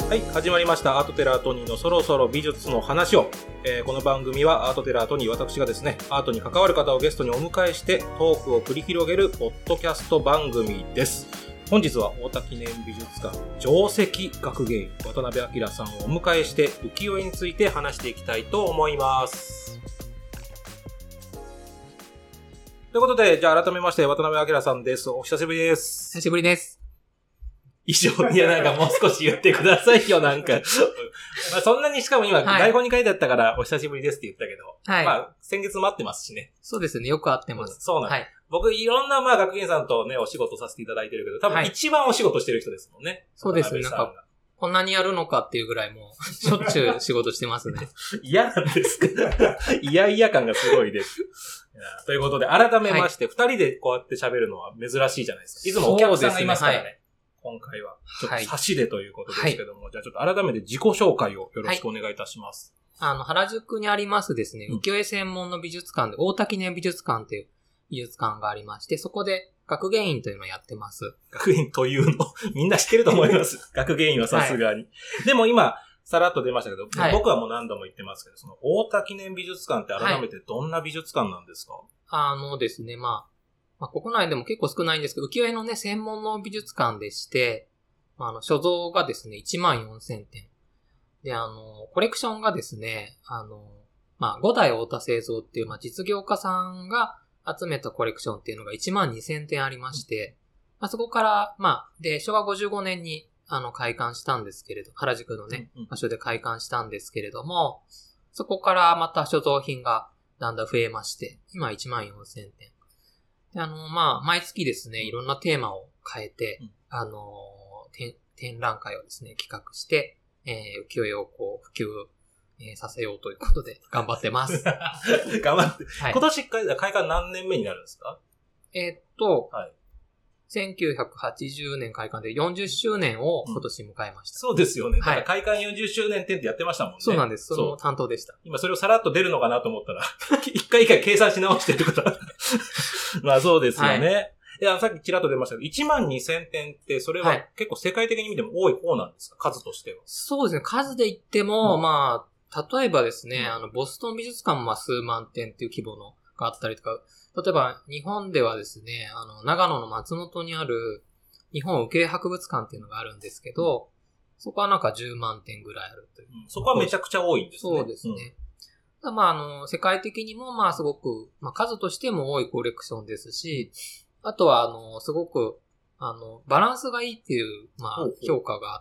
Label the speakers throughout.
Speaker 1: はい、始まりましたアートテラートニーのそろそろ美術の話を、この番組はアートテラートニー、私がですね、アートに関わる方をゲストにお迎えしてトークを繰り広げるポッドキャスト番組です。本日は太田記念美術館上席学芸員渡辺明さんをお迎えして浮世絵について話していきたいと思います。ということで、じゃあ改めまして渡辺明さんです。お久しぶりです。
Speaker 2: 久しぶりです。
Speaker 1: 以上。いや、なんかもう少し言ってくださいよ、なんか。まあそんなに、しかも今、台本に書いてあったから、お久しぶりですって言ったけど、はい、まあ、先月待ってますしね。
Speaker 2: そうですね、よく会ってます。
Speaker 1: そうなんです。はい、僕、いろんな、まあ、学芸員さんとね、お仕事させていただいてるけど、多分一番お仕事してる人ですもんね。はい、
Speaker 2: そうですね、なんか、こんなにやるのかっていうぐらいもう、しょっちゅう仕事してますね。
Speaker 1: 嫌なんですか？嫌感がすごいです。ということで、改めまして、二人でこうやって喋るのは珍しいじゃないですか。いつもお客さんがいますからね。今回は、ちょっと差しでということですけども、はい、じゃあちょっと改めて自己紹介をよろしくお願いいたします。
Speaker 2: はい、原宿にありますですね、浮世絵専門の美術館で、太田記念美術館という美術館がありまして、そこで学芸員というのをやってます。
Speaker 1: 学芸員というのみんな知ってると思います。学芸員はさすがに。はい、でも今、さらっと出ましたけど、はい、僕はもう何度も言ってますけど、その太田記念美術館って改めてどんな美術館なんですか？
Speaker 2: ですね、まあ、国内でも結構少ないんですけど、浮世絵のね、専門の美術館でして、所蔵がですね、14,000点。で、コレクションがですね、五代太田製造っていう、実業家さんが集めたコレクションっていうのが12,000点ありまして、そこから、で、昭和55年に、開館したんですけれど、原宿のね、場所で開館したんですけれども、そこからまた所蔵品がだんだん増えまして、今14,000点。で、毎月ですね、いろんなテーマを変えて、展覧会をですね、企画して、浮世絵をこう、普及、させようということで、頑張ってます。
Speaker 1: 頑張って。はい、今年開館何年目になるんですか？
Speaker 2: はい、1980年開館で40周年を今年迎えました。
Speaker 1: そうですよね。だから開館40周年展ってやってましたもんね。
Speaker 2: そうなんです。その担当でした。
Speaker 1: 今それをさらっと出るのかなと思ったら、一回計算し直してるから。まあそうですよね。はい、いや、さっきちらっと出ましたけど、12,000点って、それは結構世界的に見ても多い方なんですか？数としては。
Speaker 2: そうですね。数で言っても、例えばですね、ボストン美術館も数万点っていう規模のがあったりとか、例えば日本ではですね、長野の松本にある日本浮世絵博物館っていうのがあるんですけど、そこはなんか10万点ぐらいあるという。
Speaker 1: そこはめちゃくちゃ多いんですね。
Speaker 2: そうですね。世界的にもすごく、数としても多いコレクションですし、あとは、すごく、バランスがいいっていう、評価があって、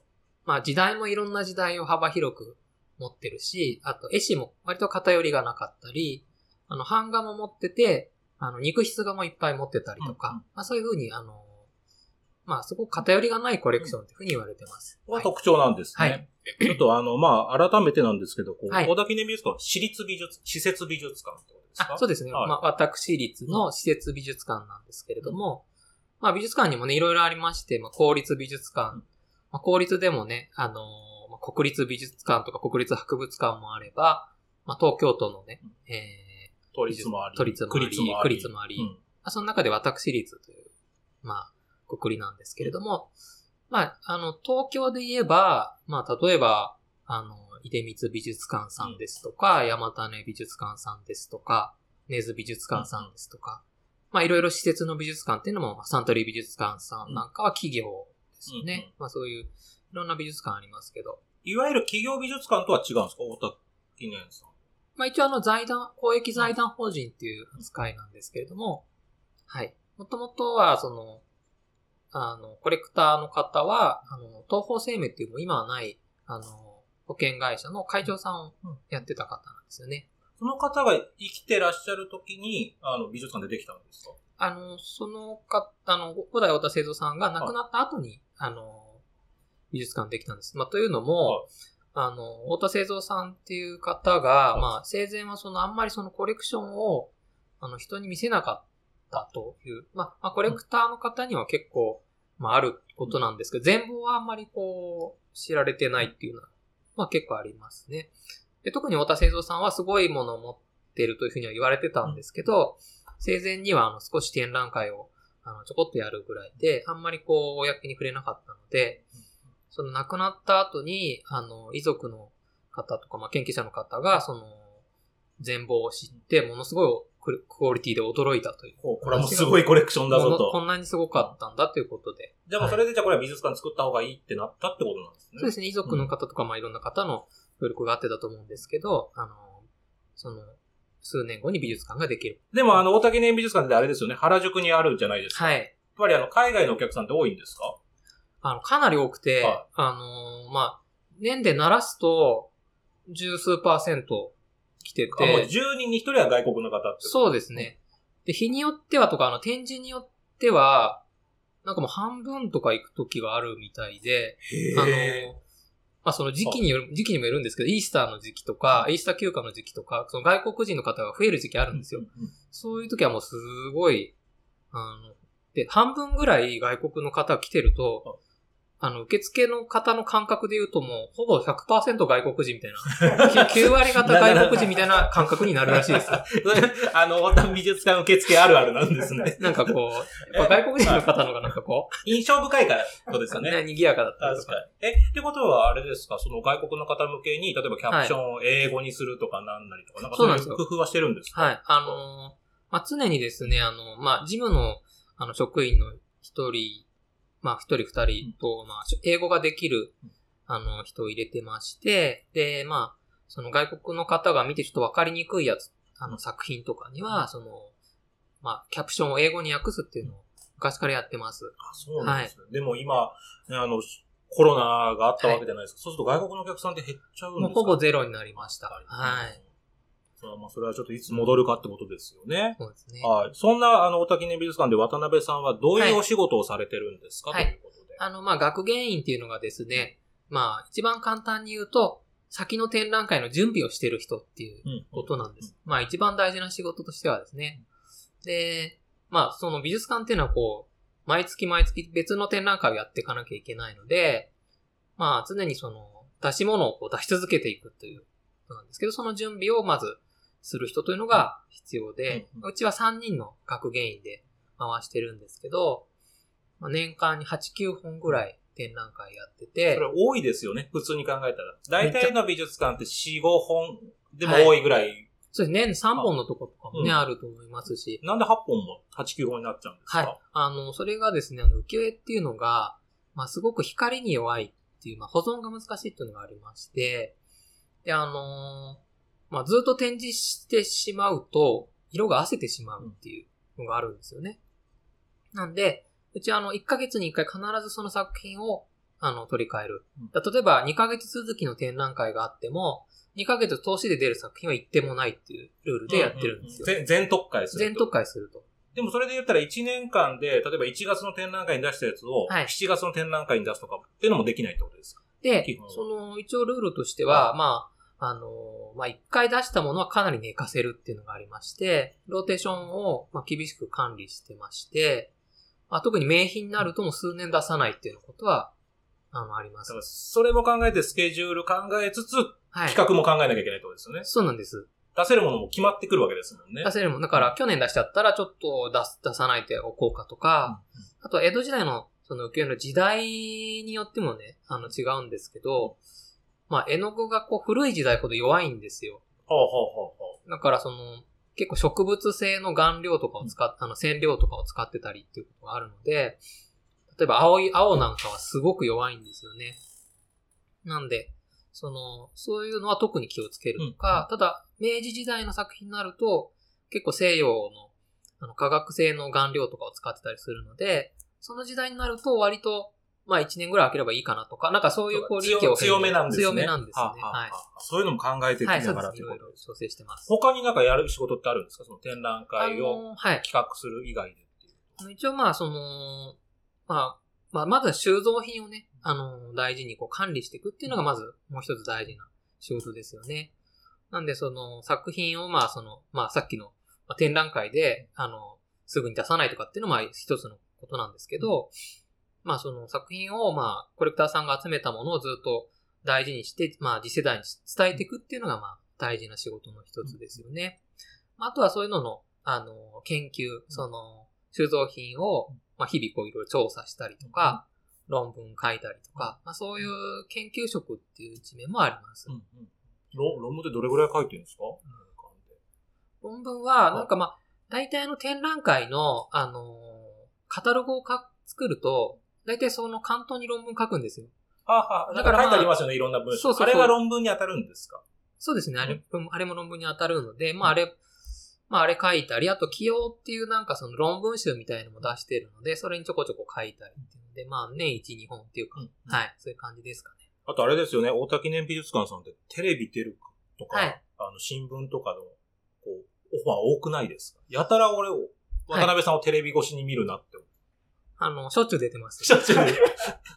Speaker 2: 時代もいろんな時代を幅広く持ってるし、あと、絵師も割と偏りがなかったり、版画も持ってて、肉筆画もいっぱい持ってたりとか、そういうふうに、すごく偏りがないコレクションっていうふうに言われてます。
Speaker 1: は特徴なんですね。はい。ちょっと改めてなんですけど、太田記念美術館は施設美術館ってことですか？
Speaker 2: そうですね。はい、私立の施設美術館なんですけれども、美術館にもね、いろいろありまして、公立美術館、公立でもね、国立美術館とか国立博物館もあれば、東京都のね、
Speaker 1: 都立もあり、
Speaker 2: 区立もあり、その中で私立という、国立なんですけれども、東京で言えば、例えば、出光美術館さんですとか、山種美術館さんですとか、根津美術館さんですとか、いろいろ施設の美術館っていうのも、サントリー美術館さんなんかは企業ですよね。そういう、いろんな美術館ありますけど。
Speaker 1: いわゆる企業美術館とは違うんですか？太田記念さん。
Speaker 2: 一応公益財団法人っていう扱いなんですけれども、はい。もともとは、コレクターの方は、東方生命っていうも今はない、保険会社の会長さんをやってた方なんですよね。
Speaker 1: その方が生きてらっしゃる時に、美術館でできたんですか？
Speaker 2: 五代太田製造さんが亡くなった後に、美術館できたんです。というのも、太田製造さんっていう方が、生前はあんまりコレクションを、人に見せなかったという、コレクターの方には結構、あることなんですけど、全貌はあんまり知られてないっていうのは、結構ありますね。で、特に太田製造さんはすごいものを持っているというふうには言われてたんですけど、生前には少し展覧会をちょこっとやるぐらいで、あんまり公に触れなかったので、 その亡くなった後に、遺族の方とか、まあ、研究者の方が、その、全貌を知って、ものすごいクオリティで驚いたという。
Speaker 1: これはもうすごいコレクションだぞと。
Speaker 2: こんなにすごかったんだということで。
Speaker 1: じゃあもうそれでじゃあこれは美術館作った方がいいってなったってことなんですね。
Speaker 2: そうですね。遺族の方とか、まあいろんな方の協力があってだと思うんですけど、その、数年後に美術館ができる。
Speaker 1: でも大竹記念美術館ってあれですよね。原宿にあるじゃないですか。
Speaker 2: はい。
Speaker 1: やっぱり海外のお客さんって多いんですか？
Speaker 2: かなり多くて、
Speaker 1: は
Speaker 2: まあ、年で鳴らすと、十数%来てて。
Speaker 1: もう10人に1人は外国の方って。
Speaker 2: そうですね。で、日によってはとか、展示によっては、なんかもう半分とか行く時があるみたいで、まあその時期にもよるんですけど、イースターの時期とか、イースター休暇の時期とか、その外国人の方が増える時期あるんですよ。そういう時はもうすごい、で、半分ぐらい外国の方が来てると、受付の方の感覚で言うともう、ほぼ 100% 外国人みたいな、9割方外国人みたいな感覚になるらしいです。
Speaker 1: 大田美術館受付あるあるなんですね。
Speaker 2: なんかこう、やっぱ外国人の方のがなんかこう、
Speaker 1: 印象深いからそうですかね。
Speaker 2: 賑やかだったりとか。
Speaker 1: ってことはあれですか、その外国の方向けに、例えばキャプションを英語にするとかなんなりとか、なんかそういう工夫はしてるんですか？
Speaker 2: はい。まあ、常にですね、まあ、事務の、職員の一人、まあ、一人二人と、まあ、英語ができる、人を入れてまして、で、まあ、その外国の方が見てちょっとわかりにくいやつ、作品とかには、まあ、キャプションを英語に訳すっていうのを昔からやってます。
Speaker 1: あ、そうなんですね。はい、でも今、コロナがあったわけじゃないですか。はい、そうすると外国のお客さんって減っちゃうんですか？
Speaker 2: もうほぼゼロになりました。はい。
Speaker 1: それはちょっといつ戻るかってことですよね。
Speaker 2: そうですね。
Speaker 1: はい。そんな、大田記念美術館で渡辺さんはどういうお仕事をされてるんですか、はい、ということで。
Speaker 2: まあ、学芸員っていうのがですね、まあ、一番簡単に言うと、先の展覧会の準備をしてる人っていうことなんです。まあ、一番大事な仕事としてはですね。で、まあ、その美術館っていうのはこう、毎月別の展覧会をやっていかなきゃいけないので、まあ、常にその、出し物をこう出し続けていくということなんですけど、その準備をまず、する人というのが必要で、うちは3人の学芸員で回してるんですけど、年間に8、9本ぐらい展覧会やってて。
Speaker 1: それ多いですよね、普通に考えたら。大体の美術館って4、5本でも多いぐらい。はい、
Speaker 2: そうですね、年3本のとことかもね、あると思いますし。
Speaker 1: なんで8本も8、9本になっちゃうんですか？
Speaker 2: はい。それがですね、浮世絵っていうのが、まあ、すごく光に弱いっていう、まあ、保存が難しいっていうのがありまして、で、まあ、ずっと展示してしまうと、色が褪せてしまうっていうのがあるんですよね。なんで、うちは1ヶ月に1回必ずその作品を、取り替える。例えば、2ヶ月続きの展覧会があっても、2ヶ月通しで出る作品は1点もないっていうルールでやってるんですよ。
Speaker 1: 全特会すると。
Speaker 2: 全特会すると。
Speaker 1: でもそれで言ったら1年間で、例えば1月の展覧会に出したやつを、7月の展覧会に出すとかっていうのもできないってことですか？
Speaker 2: で、一応ルールとしては、まあ、一回出したものはかなり寝かせるっていうのがありまして、ローテーションを厳しく管理してまして、まあ、特に名品になるともう数年出さないっていうことは、あります。
Speaker 1: それも考えてスケジュール考えつつ、企画も考えなきゃいけないってことですよね。
Speaker 2: そうなんです。
Speaker 1: 出せるものも決まってくるわけですもんね。
Speaker 2: 出せるもの。だから去年出しちゃったらちょっと出さないでおこうかとか、あとは江戸時代のその浮世絵の時代によってもね、違うんですけど、まあ、絵の具がこう古い時代ほど弱いんですよ。だから結構植物性の顔料とかを使っ染料とかを使ってたりっていうことがあるので、例えば青なんかはすごく弱いんですよね。なんで、そういうのは特に気をつけるとか、ただ、明治時代の作品になると、結構西洋の化学性の顔料とかを使ってたりするので、その時代になると割と、まあ1年ぐらい空ければいいかなとか、なんかそういう利益を
Speaker 1: 強めなんですね。
Speaker 2: 強めなんですね。はい。
Speaker 1: そういうのも考えていきながら
Speaker 2: いろいろ調整してます。
Speaker 1: 他になんかやる仕事ってあるんですか？その展覧会を企画する以外でっていう。
Speaker 2: 一応まあまずは収蔵品をね、大事にこう管理していくっていうのがまずもう一つ大事な仕事ですよね。なんで作品をさっきの展覧会ですぐに出さないとかっていうのは一つのことなんですけど、まあ作品をコレクターさんが集めたものをずっと大事にして、次世代に伝えていくっていうのが大事な仕事の一つですよね。あとはそういうのの、研究、収蔵品を日々こういろいろ調査したりとか、 論文書いたりとか、まあそういう研究職っていう一面もあります。
Speaker 1: うんうん、論文ってどれぐらい書いてるんですか？
Speaker 2: 論文は、なんかまあ、大体展覧会の、カタログを作ると、大体その関東に論文書くんですよ。
Speaker 1: だから書いてありますよね、いろんな文章。あれが論文に当たるんですか？
Speaker 2: そうですね、あれも論文に当たるので、まああれ書いたり、あと起用っていうなんかその論文集みたいなのも出してるので、それにちょこちょこ書いたりっていうので、まあ年1、2本っていうか、はい、そういう感じですかね。
Speaker 1: あとあれですよね、大田記念美術館さんってテレビ出るとか、はい、新聞とかのこうオファー多くないですか？やたら俺を、渡辺さんをテレビ越しに見るなって思う。
Speaker 2: しょっちゅう出てます。
Speaker 1: しょっちゅう出て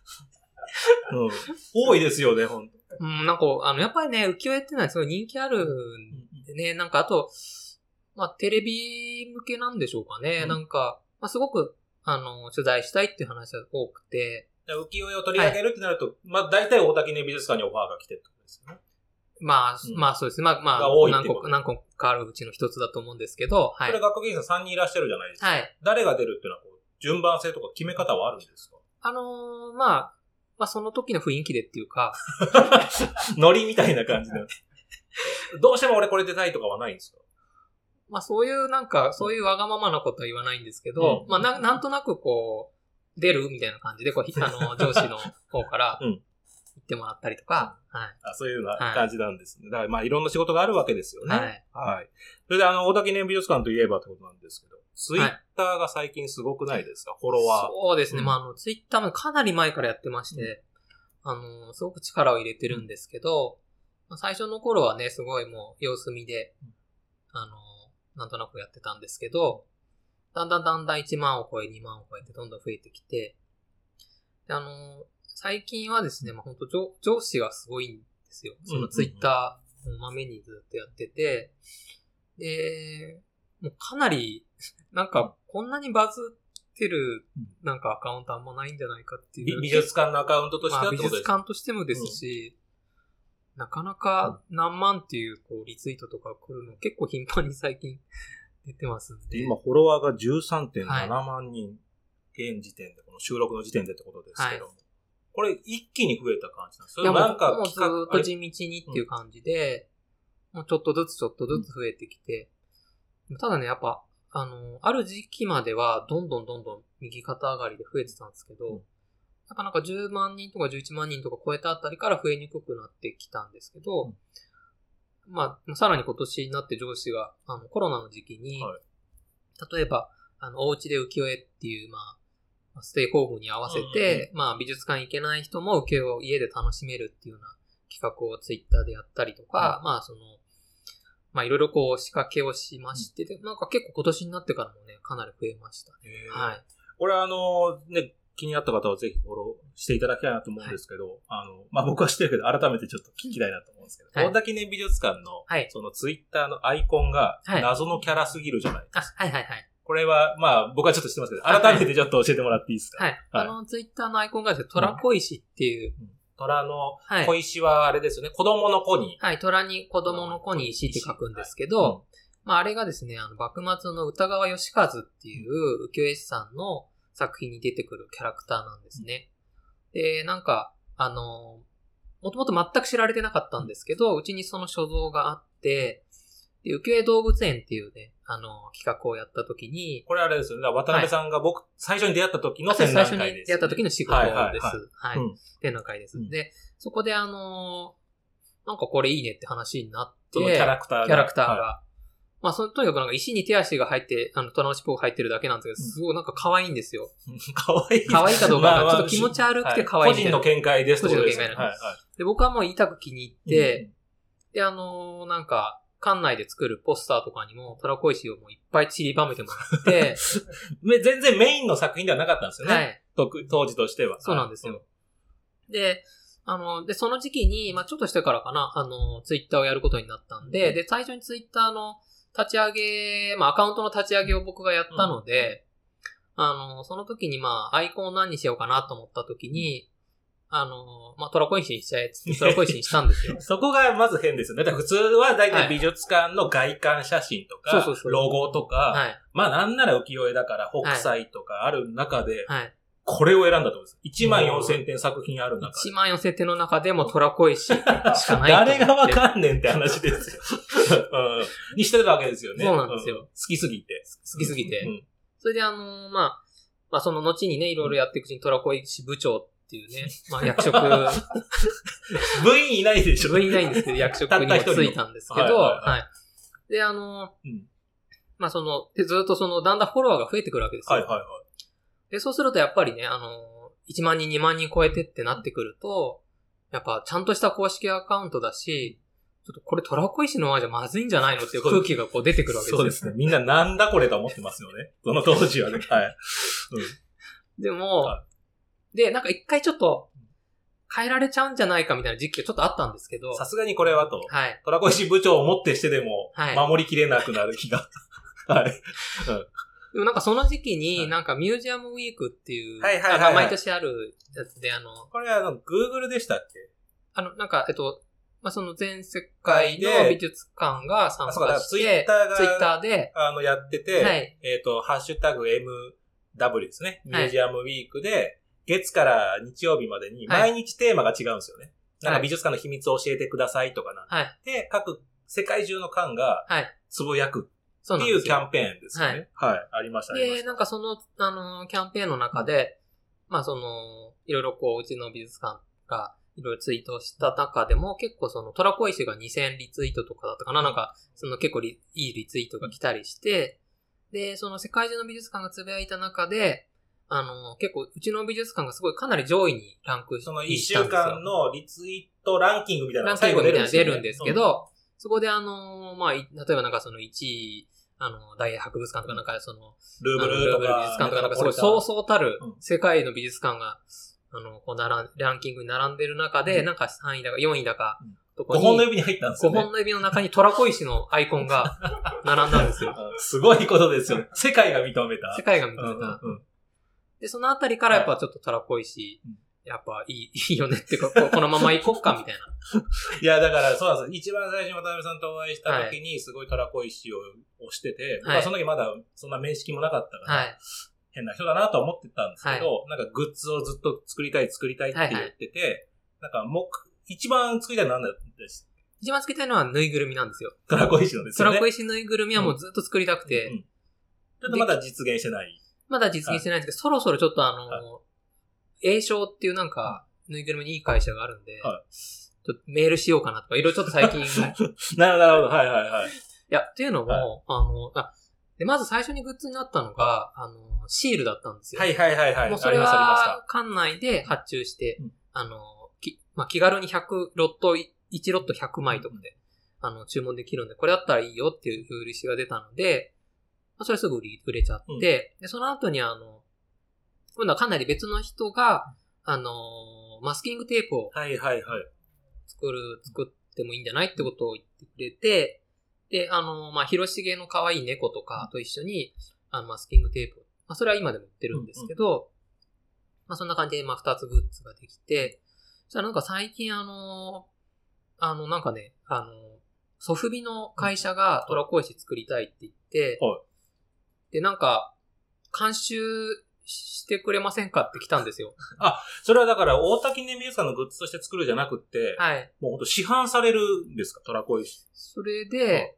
Speaker 1: 多いですよね、ほんと。
Speaker 2: なんか、やっぱりね、浮世絵ってのはすごい人気あるんでね、なんかあと、まあ、テレビ向けなんでしょうかね。なんか、まあ、すごく、取材したいっていう話が多くて。
Speaker 1: 浮世絵を取り上げるってなると、まあ、大体大田記念美術館にオファーが来てるってことですよね。
Speaker 2: まあ、まあそうですね。まあ、何個かあるうちの一つだと思うんですけど、
Speaker 1: はい。これ学芸員さん3人いらっしゃるじゃないですか。はい。誰が出るっていうのは、順番性とか決め方はあるんですか？
Speaker 2: まあ、その時の雰囲気でっていうか。
Speaker 1: ノリみたいな感じで。どうしても俺これ出たいとかはないんですか？
Speaker 2: まあそういうなんか、そういうわがままなことは言わないんですけど、まあなんとなくこう、出るみたいな感じで、上司の方から言ってもらったりとか、はい。
Speaker 1: そういうような感じなんですね。だからまあいろんな仕事があるわけですよね。はい。はい。それで大田記念美術館といえばってことなんですけど、ツイッターが最近すごくないですか？フォロワー。
Speaker 2: そうですね。まあツイッターもかなり前からやってまして、すごく力を入れてるんですけど、最初の頃はね、すごいもう様子見で、なんとなくやってたんですけど、だんだん1万を超え、2万を超えてどんどん増えてきて、で最近はですね、まあ、本当上司がすごいんですよ。そのツイッターをまめにずっとやってて、で、もうかなり、なんかこんなにバズってるなんかアカウントあんまないんじゃないかっていう。
Speaker 1: 美術館のアカウントとしてはってことですか？
Speaker 2: 美術館としてもですし、なかなか何万っていうリツイートとか来るの結構頻繁に最近出てますんで。
Speaker 1: 今フォロワーが 13.7 万人、現時点で、この収録の時点でってことですけども。これ一気に増えた感じなんですか？なんか
Speaker 2: もうずっと地道にっていう感じで、もうちょっとずつ増えてきて。ただね、やっぱ、ある時期まではどんどん右肩上がりで増えてたんですけど、なんか10万人とか11万人とか超えたあたりから増えにくくなってきたんですけど、まあ、さらに今年になって上司が、コロナの時期に、例えば、お家で浮世絵っていう、まあ、ステイホームに合わせて、まあ、美術館行けない人も浮世絵を家で楽しめるっていうような企画をツイッターでやったりとか、まあ、まあ、いろいろ仕掛けをしまして、なんか結構今年になってからもね、かなり増えましたね。はい。
Speaker 1: これね、気になった方はぜひフォローしていただきたいなと思うんですけど、まあ、僕は知ってるけど、改めてちょっと聞きたいなと思うんですけど、大田記念美術館の、そのツイッターのアイコンが謎のキャラすぎるじゃないですか。これは、まあ、僕はちょっと知ってますけど、改めてちょっと教えてもらっていいですか？
Speaker 2: はい。ツイッターのアイコンがですね、虎小石っていう。
Speaker 1: 虎の小石はあれですよね、子供の子に。
Speaker 2: はい、虎に子供の子に石って書くんですけど、まあ、あれがですね、幕末の歌川義和っていう浮世絵師さんの作品に出てくるキャラクターなんですね。で、なんか、もともと全く知られてなかったんですけど、うちにその所蔵があって、で、浮世絵動物園っていうね、企画をやった時に。
Speaker 1: これあれですよね。渡辺さんが最初に出会った時の展覧会です、ね。
Speaker 2: 最初に出会った時の仕事です。はい。展覧会です。で、そこでなんかこれいいねって話になって、
Speaker 1: そのキャラクター
Speaker 2: が。まあ、とにかくなんか石に手足が入って、虎の尻尾が入ってるだけなんですけど、すごいなんか可愛いんですよ。
Speaker 1: 可愛い
Speaker 2: かどうかがちょっと気持ち悪くて可愛い。
Speaker 1: 個人の見解です。
Speaker 2: 個人の見解なんです。で、僕はもう痛く気に入って、で、なんか、館内で作るポスターとかにも、虎小石をもういっぱい散りばめてもらって、
Speaker 1: 全然メインの作品ではなかったんですよね。はい。当時としては。
Speaker 2: そうなんですよ。で、その時期に、まあちょっとしてからかな、ツイッターをやることになったんで、で、最初にツイッターの立ち上げ、まあアカウントの立ち上げを僕がやったので、その時にまあアイコンを何にしようかなと思った時に、まあ、虎小石にしちゃえっつって、虎小石にしたんですよ。
Speaker 1: そこがまず変ですよね。だから普通は大体美術館の外観写真とか、ロゴとか、まあなんなら浮世絵だから北斎とかある中で、 これを選んだと思います。14,000点作品ある中で。
Speaker 2: 14,000点の中でも虎小石しかない。
Speaker 1: 誰がわかんねんって話ですよ。にしてたわけですよね。
Speaker 2: そうなんですよ。
Speaker 1: 好きすぎて。
Speaker 2: 好きすぎて。それでまあその後にね、いろいろやっていくうちに虎小石部長っていうね、まあ役職。
Speaker 1: 部員いないでしょ。
Speaker 2: 部員いないんですけど、役職にもついたんですけど、はい。で、まあずっとだんだんフォロワーが増えてくるわけですよ。で、そうするとやっぱりね、1万人、2万人超えてってなってくると、やっぱちゃんとした公式アカウントだし、ちょっとこれ虎小石のままじゃまずいんじゃないのっていう空気がこう出てくるわけですよ。
Speaker 1: そうですね。みんななんだこれと思ってますよね。その当時はね。はい。
Speaker 2: でも、で、なんか一回ちょっと変えられちゃうんじゃないかみたいな時期がちょっとあったんですけど。
Speaker 1: さすがにこれはと。
Speaker 2: はい。
Speaker 1: 虎小石部長をもってしてでも、守りきれなくなる気が。はい。
Speaker 2: でもなんかその時期に、なんかミュージアムウィークっていう、毎年あるやつで
Speaker 1: これGoogle でしたっけ？
Speaker 2: なんか、まあ、その全世界の美術館が参加して、ツイッターで、
Speaker 1: やってて、はい、ハッシュタグ MW ですね。ミュージアムウィークで、月から日曜日までに、毎日テーマが違うんですよね。なんか美術館の秘密を教えてくださいとかなんで、各世界中の館が、つぶやく。っていうキャンペーンですね。はい。ありました。
Speaker 2: で、なんかその、キャンペーンの中で、まあいろいろこう、うちの美術館がいろいろツイートした中でも、結構虎小石が2000リツイートとかだったかな、なんか、結構いいリツイートが来たりして、で、その世界中の美術館がつぶやいた中で、結構うちの美術館がすごいかなり上位にランクして
Speaker 1: その1週間のリツイートランキングみたいなのが最後出るんですよね。
Speaker 2: 出るんですけど、そこでまあ、例えばなんか1位、大英博物館とかなんか
Speaker 1: ルーブル
Speaker 2: 美術館とかなんかすごいそうそうたる世界の美術館が、こうランキングに並んでる中で、なんか3位だか4位だか、
Speaker 1: 5本の指に入ったんですよね。
Speaker 2: 5本の指の中に虎小石のアイコンが並んだんですよ。
Speaker 1: すごいことですよ。世界が認めた。
Speaker 2: 世界が認めた。で、そのあたりからやっぱちょっと虎小石、やっぱいいよねってこのまま行こっかみたいな。
Speaker 1: いや、だからそうなんです。一番最初に渡辺さんとお会いした時にすごい虎小石を推してて、まあその時まだそんな面識もなかったから、変な人だなとは思ってたんですけど、なんかグッズをずっと作りたいって言ってて、なんか一番作りたいのは何だったんです？
Speaker 2: 一番作りたいのはぬいぐるみなんですよ。
Speaker 1: 虎小石のですよね。
Speaker 2: 虎小石ぬいぐるみはもうずっと作りたくて。
Speaker 1: ちょっとまだ実現してない。
Speaker 2: まだ実現してないんですけど、そろそろちょっと栄翔っていうなんか、ぬいぐるみにいい会社があるんで、ちょっとメールしようかなとか、いろいろちょっと最近。
Speaker 1: なるほど、はいはいはい。い
Speaker 2: や、っていうのも、で、まず最初にグッズになったのが、シールだったんですよ。
Speaker 1: はいはいはいはい。
Speaker 2: もうそれは、館内で発注して、まあ、気軽に100ロット、1ロット100枚とかで、注文できるんで、これだったらいいよっていう風利子が出たので、まあ、それすぐ売れちゃって、で、その後に今度はかなり別の人が、マスキングテープを、
Speaker 1: はいはいはい。
Speaker 2: 作ってもいいんじゃないってことを言ってくれて、で、まあ、広重の可愛い猫とかと一緒に、マスキングテープを、まあ、それは今でも売ってるんですけど、まあ、そんな感じで、まあ、2つグッズができて、そしたらなんか最近なんかね、ソフビの会社が虎小石作りたいって言って、で、なんか、監修してくれませんかって来たんですよ。
Speaker 1: あ、それはだから、大田記念美術館のグッズとして作るじゃなくって、もうほんと市販されるんですか、虎小石。
Speaker 2: それで、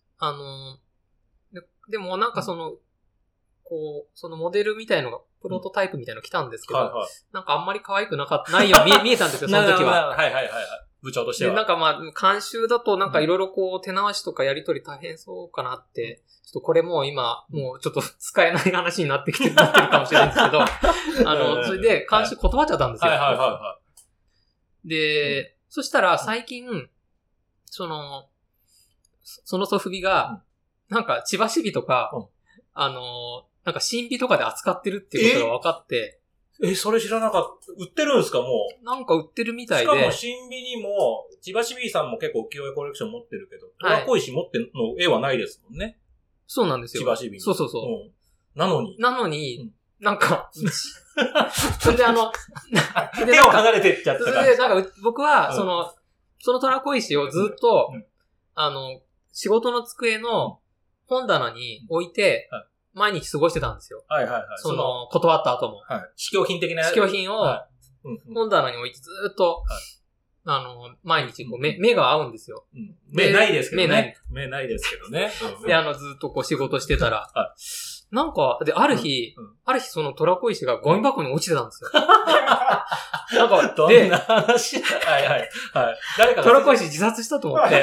Speaker 2: でもなんかそのモデルみたいのが、プロトタイプみたいの来たんですけど、なんかあんまり可愛くないように見えたんですよ、その時は。
Speaker 1: はいはいはい。部長としては。
Speaker 2: で、なんかまあ、監修だとなんかいろいろこう、手直しとかやりとり大変そうかなって、ちょっとこれもう今、もうちょっと使えない話になってるかもしれないんですけど、それで監修断っちゃったんですよ。で、そしたら最近、そのソフビが、なんか千葉市美とか、なんか新美とかで扱ってるっていうことが分かって、
Speaker 1: それ知らなかった。売ってるんですか、もう。
Speaker 2: なんか売ってるみたいで。
Speaker 1: しかも新美にも、千葉市美さんも結構浮世絵コレクション持ってるけど、虎小石持っての絵はないですもんね。
Speaker 2: そうなんですよ。
Speaker 1: 千葉市美。
Speaker 2: そうそうそう。
Speaker 1: なのに、
Speaker 2: なんか、それで
Speaker 1: 手を離れてっちゃったから。
Speaker 2: それでなんか僕は、その虎小石をずっと、仕事の机の本棚に置いて、 毎日過ごしてたんですよ。
Speaker 1: はいはいはい。
Speaker 2: 断った後も。
Speaker 1: はい。試供品的な。
Speaker 2: 試供品を、本棚に置いてずーっと、毎日こう目が合うんですよ。
Speaker 1: 目ないですけどね。
Speaker 2: 目ない。
Speaker 1: 目ないですけどね。
Speaker 2: で、ずっとこう仕事してたら、なんか、で、ある日そのトラコ石がゴミ箱に落ちてたんですよ。なんか、
Speaker 1: どんな話はいはい。はい。誰か
Speaker 2: トラコ石自殺したと思って。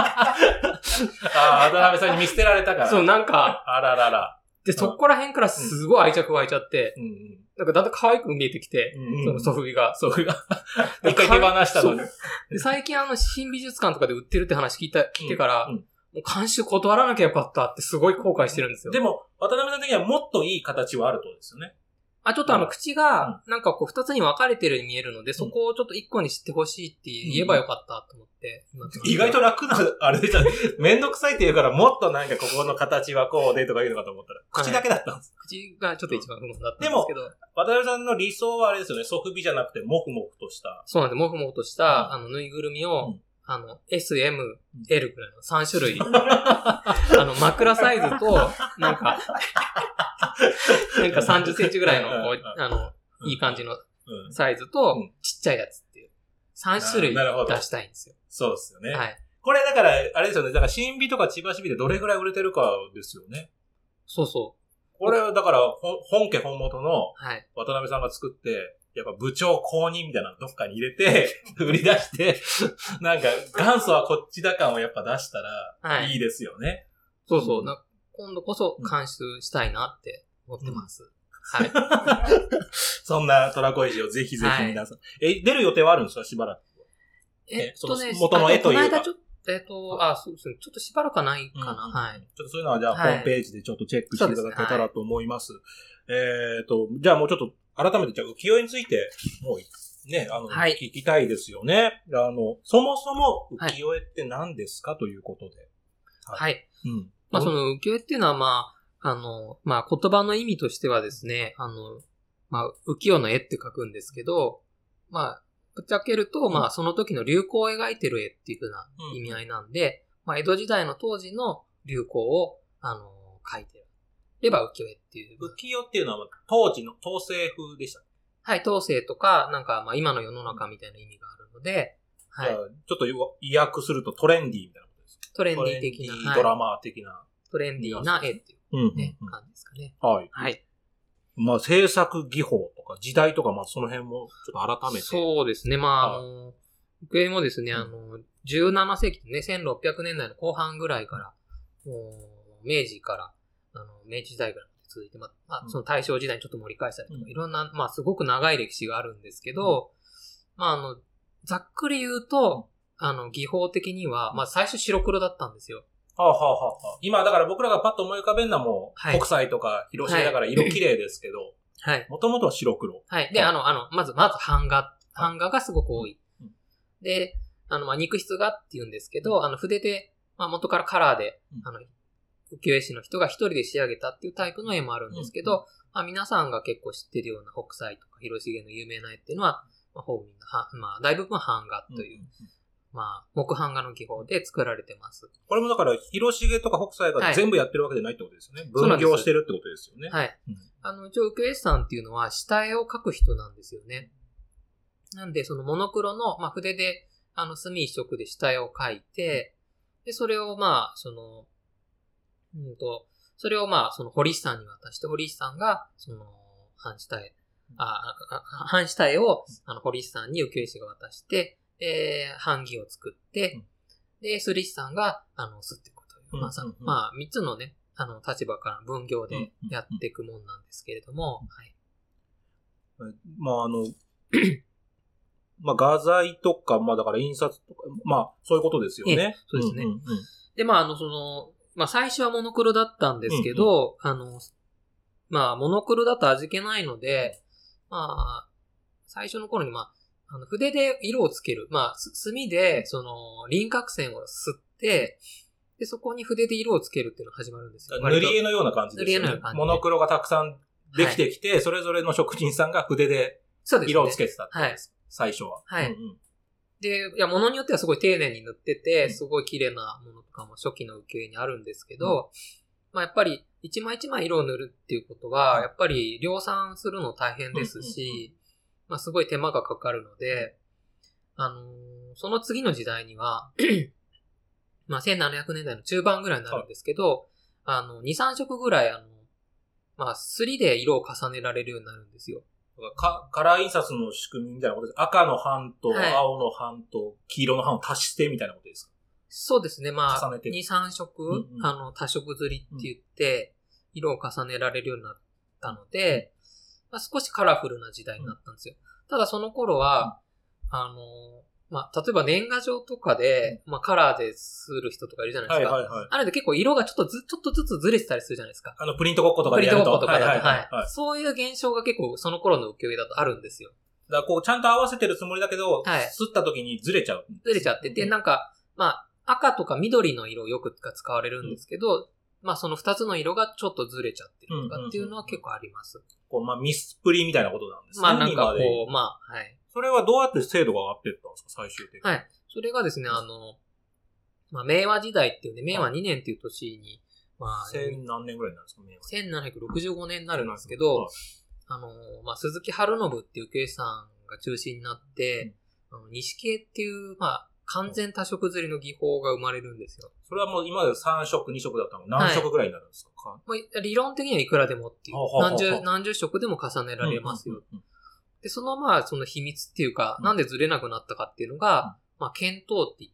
Speaker 1: 渡辺さんに見捨てられたから。
Speaker 2: そう、なんか、
Speaker 1: あららら。
Speaker 2: で、そこら辺からすごい愛着湧いちゃって、なんかだんだん可愛く見えてきて、そのソフビが。
Speaker 1: ソフビが。一回手放したのに。
Speaker 2: で、最近新美術館とかで売ってるって話聞いてから、もう監修断らなきゃよかったってすごい後悔してるんですよ。
Speaker 1: でも、渡辺さん的にはもっといい形はあるとですよね。
Speaker 2: ちょっと口が、なんかこう二つに分かれてるように見えるので、そこをちょっと一個にしてほしいって言えばよかったと思って。
Speaker 1: 意外と楽な、あれでしたね。めんどくさいって言うから、もっとなんかここの形はこうでとか言うのかと思ったら、口だけだったんです。
Speaker 2: 口がちょっと一番不満だったんですけど。
Speaker 1: でも、渡辺さんの理想はあれですよね。ソフビじゃなくて、モフモフとした。
Speaker 2: そうなんです。モフモフとした、ぬいぐるみを、S、M、L ぐらいの3種類。枕サイズと、なんか30センチぐらいの、いい感じのサイズと、ちっちゃいやつっていう。3種類出したいんですよ。
Speaker 1: そうですよね。
Speaker 2: はい。
Speaker 1: これだから、あれですよね。だから新美とか千葉市美でどれぐらい売れてるかですよね。
Speaker 2: そうそう。
Speaker 1: これはだから、本家本元の渡辺さんが作って、やっぱ部長公認みたいなのどっかに入れて、売り出して、なんか元祖はこっちだ感をやっぱ出したらいいですよね。
Speaker 2: そうそう。今度こそ監修したいなって思ってます。はい。
Speaker 1: そんなトラコ石をぜひぜひ皆さん。出る予定はあるんですかしばらく。元の絵というか。
Speaker 2: そうですね。ちょっとしばらくはないかな。はい。
Speaker 1: ちょっとそういうのはじゃあホームページでちょっとチェックしていただけたらと思います。じゃあもうちょっと改めてじゃあ浮世絵についてもうね、聞きたいですよね。そもそも浮世絵って何ですかということで。
Speaker 2: はい。その浮世絵っていうのは言葉の意味としてはですね、浮世の絵って書くんですけど、ぶっちゃけると、その時の流行を描いてる絵っていう風な意味合いなんで、江戸時代の当時の流行を、描いてれば浮世絵っていう。
Speaker 1: 浮世っていうのは当時の統制風でした。
Speaker 2: はい、統制とか、今の世の中みたいな意味があるので、はい。
Speaker 1: ちょっと意訳するとトレンディーみたいなことですか？
Speaker 2: トレンディー的な。
Speaker 1: ドラマー的な。
Speaker 2: トレンディーな絵っていうね、感じですかね。
Speaker 1: はい。
Speaker 2: はい。
Speaker 1: 制作技法とか時代とか、その辺もちょっと改めて。
Speaker 2: そうですね。浮世絵もですね、17世紀ね、1600年代の後半ぐらいから、明治から、明治時代から続いて、その大正時代にちょっと盛り返したりとか、いろんな、すごく長い歴史があるんですけど、ざっくり言うと、技法的には、最初白黒だったんですよ。
Speaker 1: 今、だから僕らがパッと思い浮かべるのはもう、北斎とか広重だから色綺麗ですけど、はい。もともとは白黒。
Speaker 2: はい。で、まず版画がすごく多い。で、肉筆画って言うんですけど、筆で、元からカラーで、浮世絵師の人が一人で仕上げたっていうタイプの絵もあるんですけど、皆さんが結構知ってるような北斎とか広重の有名な絵っていうのは、ほぼみんな、大部分版画という、木版画の技法で作られてます。
Speaker 1: これもだから、広重とか北斎が全部やってるわけじゃないってことですよね。分業してるってことですよね。
Speaker 2: はい。一応浮世絵師さんっていうのは下絵を描く人なんですよね。なんで、そのモノクロの、筆で、墨一色で下絵を描いて、で、それをそれをその堀師さんに渡して、堀師さんが、版下絵を、堀師さんに浮世絵師が渡して、版木を作って、で、摺師さんが、摺っていくという。三つのね、立場から分業でやっていくもんなんですけれども、はい。
Speaker 1: 画材とか、だから印刷とか、そういうことですよね。
Speaker 2: そうですね。で、最初はモノクロだったんですけど、モノクロだと味気ないので、最初の頃に筆で色をつける。墨で、輪郭線を吸って、で、そこに筆で色をつけるっていうのが始まるんですよ。
Speaker 1: 塗り絵のような感じですよね。塗り絵のような感じ。モノクロがたくさんできてきて、それぞれの職人さんが筆で色をつけてたってことです。最初は。
Speaker 2: はい。で、物によってはすごい丁寧に塗ってて、すごい綺麗なものとかも初期の浮世絵にあるんですけど、 まあやっぱり一枚一枚色を塗るっていうことは、やっぱり量産するの大変ですし、まあすごい手間がかかるので、その次の時代には、まあ1700年代の中盤ぐらいになるんですけど、2、3色ぐらいまあ3で色を重ねられるようになるんですよ。
Speaker 1: カラー印刷の仕組みみたいなことです。赤の版と青の版と黄色の版を足してみたいなことですか？
Speaker 2: そうですね。まあ、
Speaker 1: 重ねて
Speaker 2: 2、3色、多色刷りって言って、色を重ねられるようになったので、まあ、少しカラフルな時代になったんですよ。ただその頃は、まあ、例えば年賀状とかで、まあ、カラーでする人とかいるじゃないですか。
Speaker 1: はいはいはい。
Speaker 2: あれで結構色がちょっとずつずれてたりするじゃないですか。
Speaker 1: プリントごっことかでやると。
Speaker 2: プリントごっことかだと、
Speaker 1: はい。
Speaker 2: そういう現象が結構その頃の浮世絵だとあるんですよ。
Speaker 1: だからちゃんと合わせてるつもりだけど、
Speaker 2: はい。
Speaker 1: 刷った時にずれちゃう。
Speaker 2: ずれちゃってて、なんか、まあ、赤とか緑の色をよく使われるんですけど、まあその二つの色がちょっとずれちゃってるとかっていうのは結構あります。
Speaker 1: まあミスプリみたいなことなんですね。
Speaker 2: まあなんかまあ、はい。
Speaker 1: それはどうやって精度が上がっていったんですか、最終的に。
Speaker 2: はい。それがですね、まあ明和時代っていうね、明和2年っていう年に、まあ、
Speaker 1: 千何年ぐらいになるんですか、明
Speaker 2: 和。1765年になるんですけど、まあ鈴木春信っていう浮世絵師さんが中心になって、西系っていう、まあ、完全多色刷りの技法が生まれるんですよ。
Speaker 1: それはもう今まで3色、2色だったの何色ぐらいになるんですか？
Speaker 2: まあ、理論的にはいくらでもっていう。何十色でも重ねられますよ。で、その秘密っていうか、なんでずれなくなったかっていうのが、まあ、検討って言って、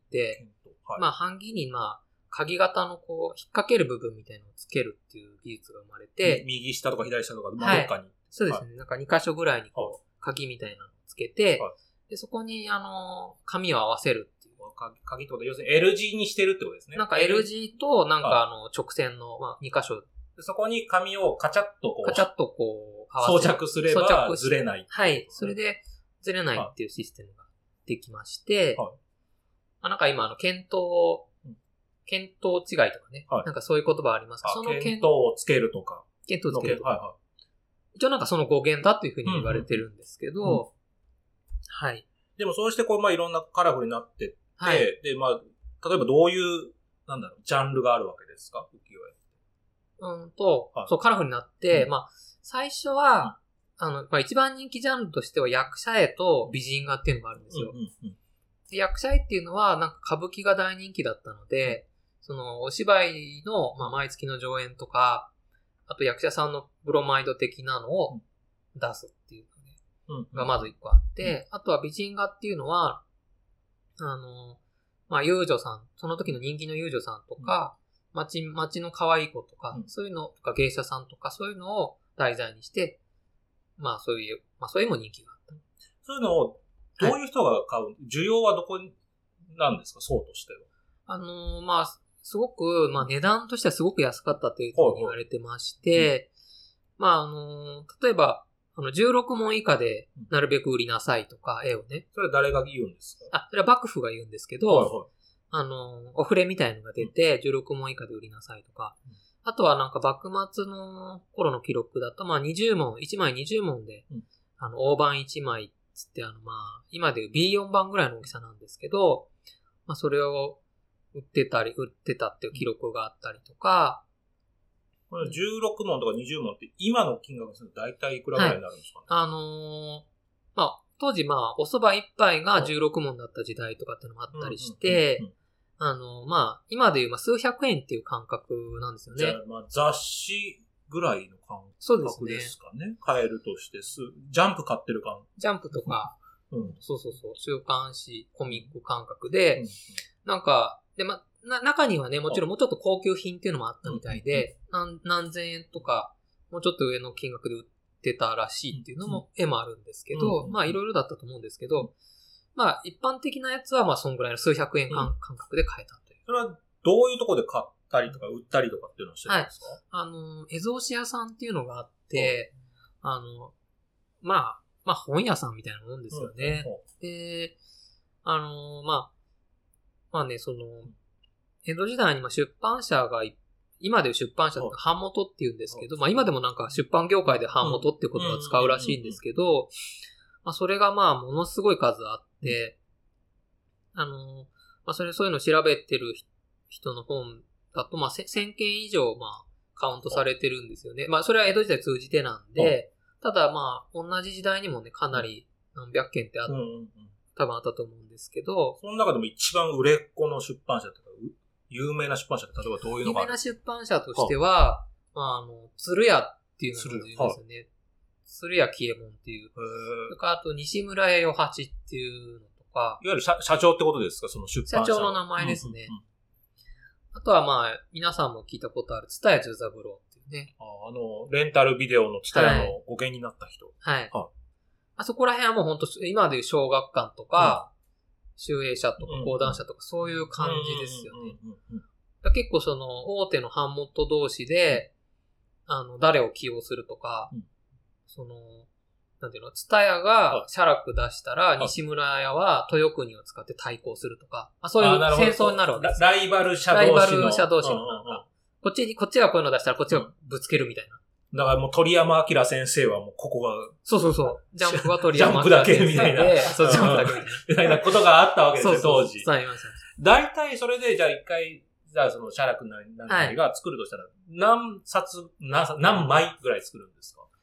Speaker 2: まあ、版木に鍵型の引っ掛ける部分みたいなのをつけるっていう技術が生まれて、
Speaker 1: 右下とか左下とか、どっかに。
Speaker 2: そうですね。なんか2箇所ぐらいに鍵みたいなのをつけて、で、そこに、紙を合わせるっていう。
Speaker 1: 鍵ってことは、要するに L 字にしてるってことですね。
Speaker 2: なんか L 字と、なんか直線の、まあ、2箇所。
Speaker 1: そこに紙をカチャッと
Speaker 2: 装
Speaker 1: 着すればずれない。
Speaker 2: はい。それでずれないっていうシステムができまして、なんか今検討違いとかね。なんかそういう言葉ありますか？
Speaker 1: その検討をつけるとか。
Speaker 2: 検討をつけるとか。一応なんかその語源だっていうふうに言われてるんですけど、はい。
Speaker 1: でもそうしてまあいろんなカラフルになってって、はい、で、まあ、例えばどういう、ジャンルがあるわけですか？浮世絵。
Speaker 2: そう、カラフルになって、まあ、最初は、まあ一番人気ジャンルとしては役者絵と美人画っていうのがあるんですよ。役者絵っていうのは、なんか歌舞伎が大人気だったので、そのお芝居の、まあ毎月の上演とか、あと役者さんのブロマイド的なのを出すっていうのね、がまず一個あって、あとは美人画っていうのは、まあ遊女さん、その時の人気の遊女さんとか、町の可愛い子とか、そういうのとか芸者さんとか、そういうのを題材にして、まあそういうも人気があった。
Speaker 1: そういうのを、どういう人が買う、需要はどこなんですか、層としては。
Speaker 2: まあ、すごく、まあ値段としてはすごく安かったというふうに言われてまして、まあ例えば、16文以下でなるべく売りなさいとか、絵をね。
Speaker 1: それは誰が言うんですか？
Speaker 2: それは幕府が言うんですけど、お触れみたいのが出て、16文以下で売りなさいとか、あとはなんか幕末の頃の記録だと、まあ20文、1枚20文で、大判1枚つって、まあ、今でいう B4 番ぐらいの大きさなんですけど、まあそれを売ってたっていう記録があったりとか、
Speaker 1: この16文とか20文って今の金額すると大体いくらぐらいになるんですかね？
Speaker 2: まあ、当時まあ、お蕎麦一杯が16文だった時代とかっていうのもあったりして、まあ、今でいう数百円っていう感覚なんですよね。
Speaker 1: じゃあ、まあ、雑誌ぐらいの感覚ですかね。買えるとして、ジャンプ買ってる感。
Speaker 2: ジャンプとか、そう、週刊誌、コミック感覚で、なんか、で、まあ、中にはね、もちろんもうちょっと高級品っていうのもあったみたいで、何千円とか、もうちょっと上の金額で売ってたらしいっていうのも、絵もあるんですけど、まあ、いろいろだったと思うんですけど、まあ、一般的なやつは、まあ、そんぐらいの数百円感覚で買えたという。
Speaker 1: それは、どういうところで買ったりとか、売ったりとかっていうのをしてるんですか？
Speaker 2: 絵草紙屋さんっていうのがあって、まあ、本屋さんみたいなもんですよね。で、まあね、江戸時代に出版社が、今でいう出版社って版元って言うんですけど、まあ今でもなんか出版業界で版元って言葉を使うらしいんですけど、まあそれがまあものすごい数あって、まあそういうのを調べてる人の本だと、まあ1000件以上まあカウントされてるんですよね。まあ、それは江戸時代通じてなんで、ただまあ、同じ時代にもね、かなり何百件って多分あったと思うんですけど、
Speaker 1: その中でも一番売れっ子の出版社とか、有名な出版社って例えばどういうのがある？
Speaker 2: 有名な出版社としては、鶴屋っていうのがいるんですよね。鶴屋喜右衛門っていう。それからあと、西村屋与八っていうのとか。
Speaker 1: いわゆる社長ってことですか、その出版社。
Speaker 2: 社長の名前ですね。あとはまあ、皆さんも聞いたことある、蔦屋十三郎っていうね。
Speaker 1: レンタルビデオの蔦屋の語源になった人。
Speaker 2: はい。あそこら辺はもう本当今でいう小学館とか、集英社とか講談社とかそういう感じですよね。結構その大手の版元同士で、誰を起用するとか、なんていうの、蔦屋が写楽出したら、西村屋は豊国を使って対抗するとか、そういう戦争になるわけです。
Speaker 1: ライバル社同士の。
Speaker 2: ライバル社同士のなんか、こっちがこういうの出したらこっちがぶつけるみたいな。
Speaker 1: だからもう鳥山明先生はもうここが。
Speaker 2: そう。ジャンプは鳥山明
Speaker 1: 先生。ジャンプだけみたいな。
Speaker 2: そう、ジャンプだけみたいな。
Speaker 1: みたいなことがあったわけですよ、当時。
Speaker 2: そう、ありました。
Speaker 1: 大体それで、じゃあ一回、じゃあその写楽なりが作るとしたら、何枚ぐらい作るんですか？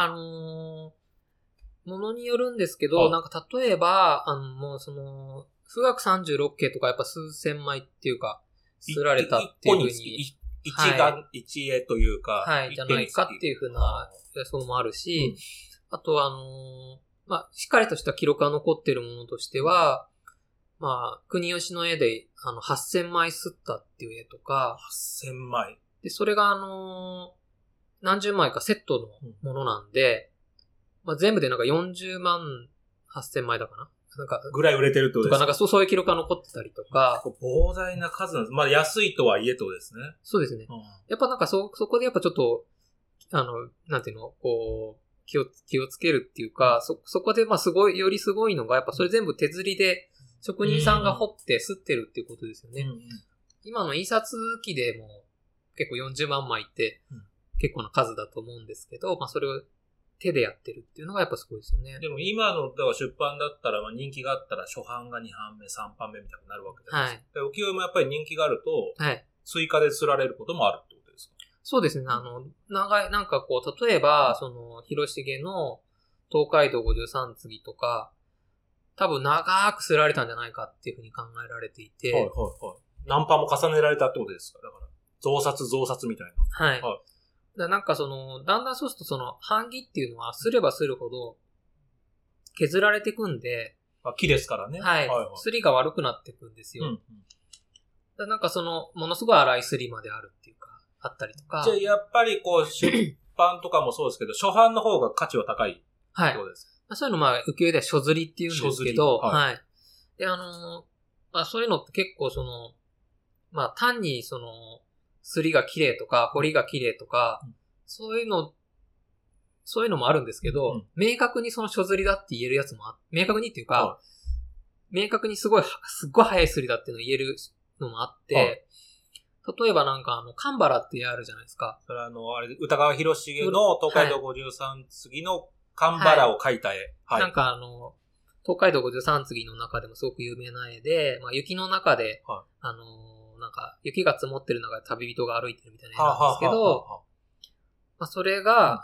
Speaker 2: ものによるんですけど、なんか例えば、もう富岳36景とかやっぱ数千枚っていうか、刷られたっていうふうに。
Speaker 1: 一絵というか、
Speaker 2: はい、じゃないかっていうふうな予想もあるし、あとまあ、しっかりとした記録が残っているものとしては、まあ、国吉の絵で、8000枚刷ったっていう絵とか、
Speaker 1: 8000枚。
Speaker 2: で、それが何十枚かセットのものなんで、まあ、全部でなんか40万8000枚だかななんか、
Speaker 1: ぐらい売れてるってことですか？
Speaker 2: とか、なんかそういう記録が残ってたりとか。
Speaker 1: 膨大な数なんです。まあ安いとはいえってことですね。
Speaker 2: そうですね。やっぱなんかそこでやっぱちょっと、なんていうの、こう、気をつけるっていうか、そこでまあよりすごいのが、やっぱそれ全部手刷りで職人さんが彫って刷ってるっていうことですよね。今の印刷機でも結構40万枚って結構な数だと思うんですけど、まあそれを手でやってるっていうのがやっぱすごいですよね。
Speaker 1: でも今のだから出版だったら、まあ人気があったら初版が2版目、3版目みたいになるわけじゃないですか。浮世絵もやっぱり人気があると、追加で刷られることもあるってことですか？
Speaker 2: そうですね。なんかこう、例えば、広重の東海道53次とか、多分長く刷られたんじゃないかっていうふうに考えられていて。
Speaker 1: 何版も重ねられたってことですか？だから、増刷みたいな。
Speaker 2: はい。なんかだんだんそうすると版木っていうのはすればするほど削られていくんで。
Speaker 1: 木ですからね。
Speaker 2: はい。すりが悪くなっていくんですよ。なんかものすごい粗いすりまであるっていうか、あったりとか。
Speaker 1: じゃあやっぱりこう、出版とかもそうですけど、初版の方が価値は高いってことですか？
Speaker 2: はい。そういうのまあ、浮世絵では書刷りっていうんですけど、はい。で、まあそういうのって結構まあ単にすりが綺麗とか、彫りが綺麗とか、そういうのもあるんですけど、明確に書刷りだって言えるやつも明確にっていうか、明確にすっごい早いすりだっていうのを言えるのもあって、例えばなんか神原ってあるじゃないですか。
Speaker 1: それあれ、歌川広重の東海道53次の神原を描いた絵。
Speaker 2: なんか東海道53次の中でもすごく有名な絵で、まあ雪の中で、なんか、雪が積もってる中で旅人が歩いてるみたいな絵なんですけど、まあ、それが、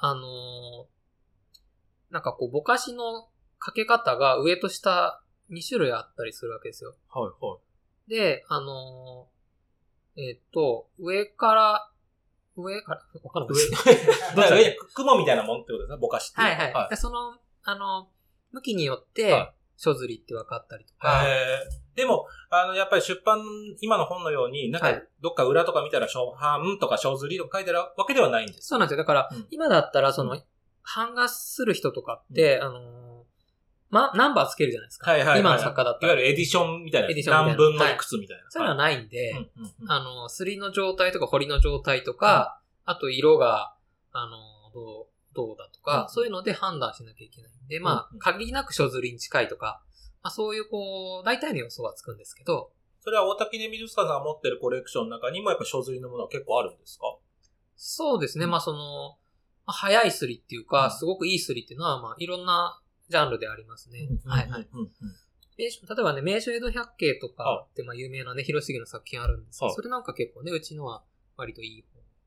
Speaker 2: なんかこう、ぼかしのかけ方が上と下2種類あったりするわけですよ。で、上から、わかんない。
Speaker 1: 雲みたいなもんってことですね、ぼかしって。
Speaker 2: はい。向きによって、書刷りって分かったりとか。
Speaker 1: でも、やっぱり出版、今の本のように、なんか、どっか裏とか見たら、初版とか書刷りとか書いてあるわけではないんです。
Speaker 2: そうなんですよ。だから、今だったら、版画する人とかって、ナンバーつけるじゃないですか。今の作家だったら。
Speaker 1: いわゆるエディションみたいな。何分のいくつみたいな。
Speaker 2: そういうのはないんで、刷りの状態とか彫りの状態とか、あと色が、どうだとか、そういうので判断しなきゃいけないんで、まあ、限りなく書刷りに近いとか、まあそういう大体の予想はつくんですけど。
Speaker 1: それは大滝根美術館さんが持ってるコレクションの中にもやっぱ書刷りのものは結構あるんですか？
Speaker 2: そうですね。まあ早い刷りっていうか、すごくいい刷りっていうのは、まあいろんなジャンルでありますね。例えばね、名所江戸百景とかって、まあ有名なね、広重の作品あるんですけど、それなんか結構ね、うちのは割といい方。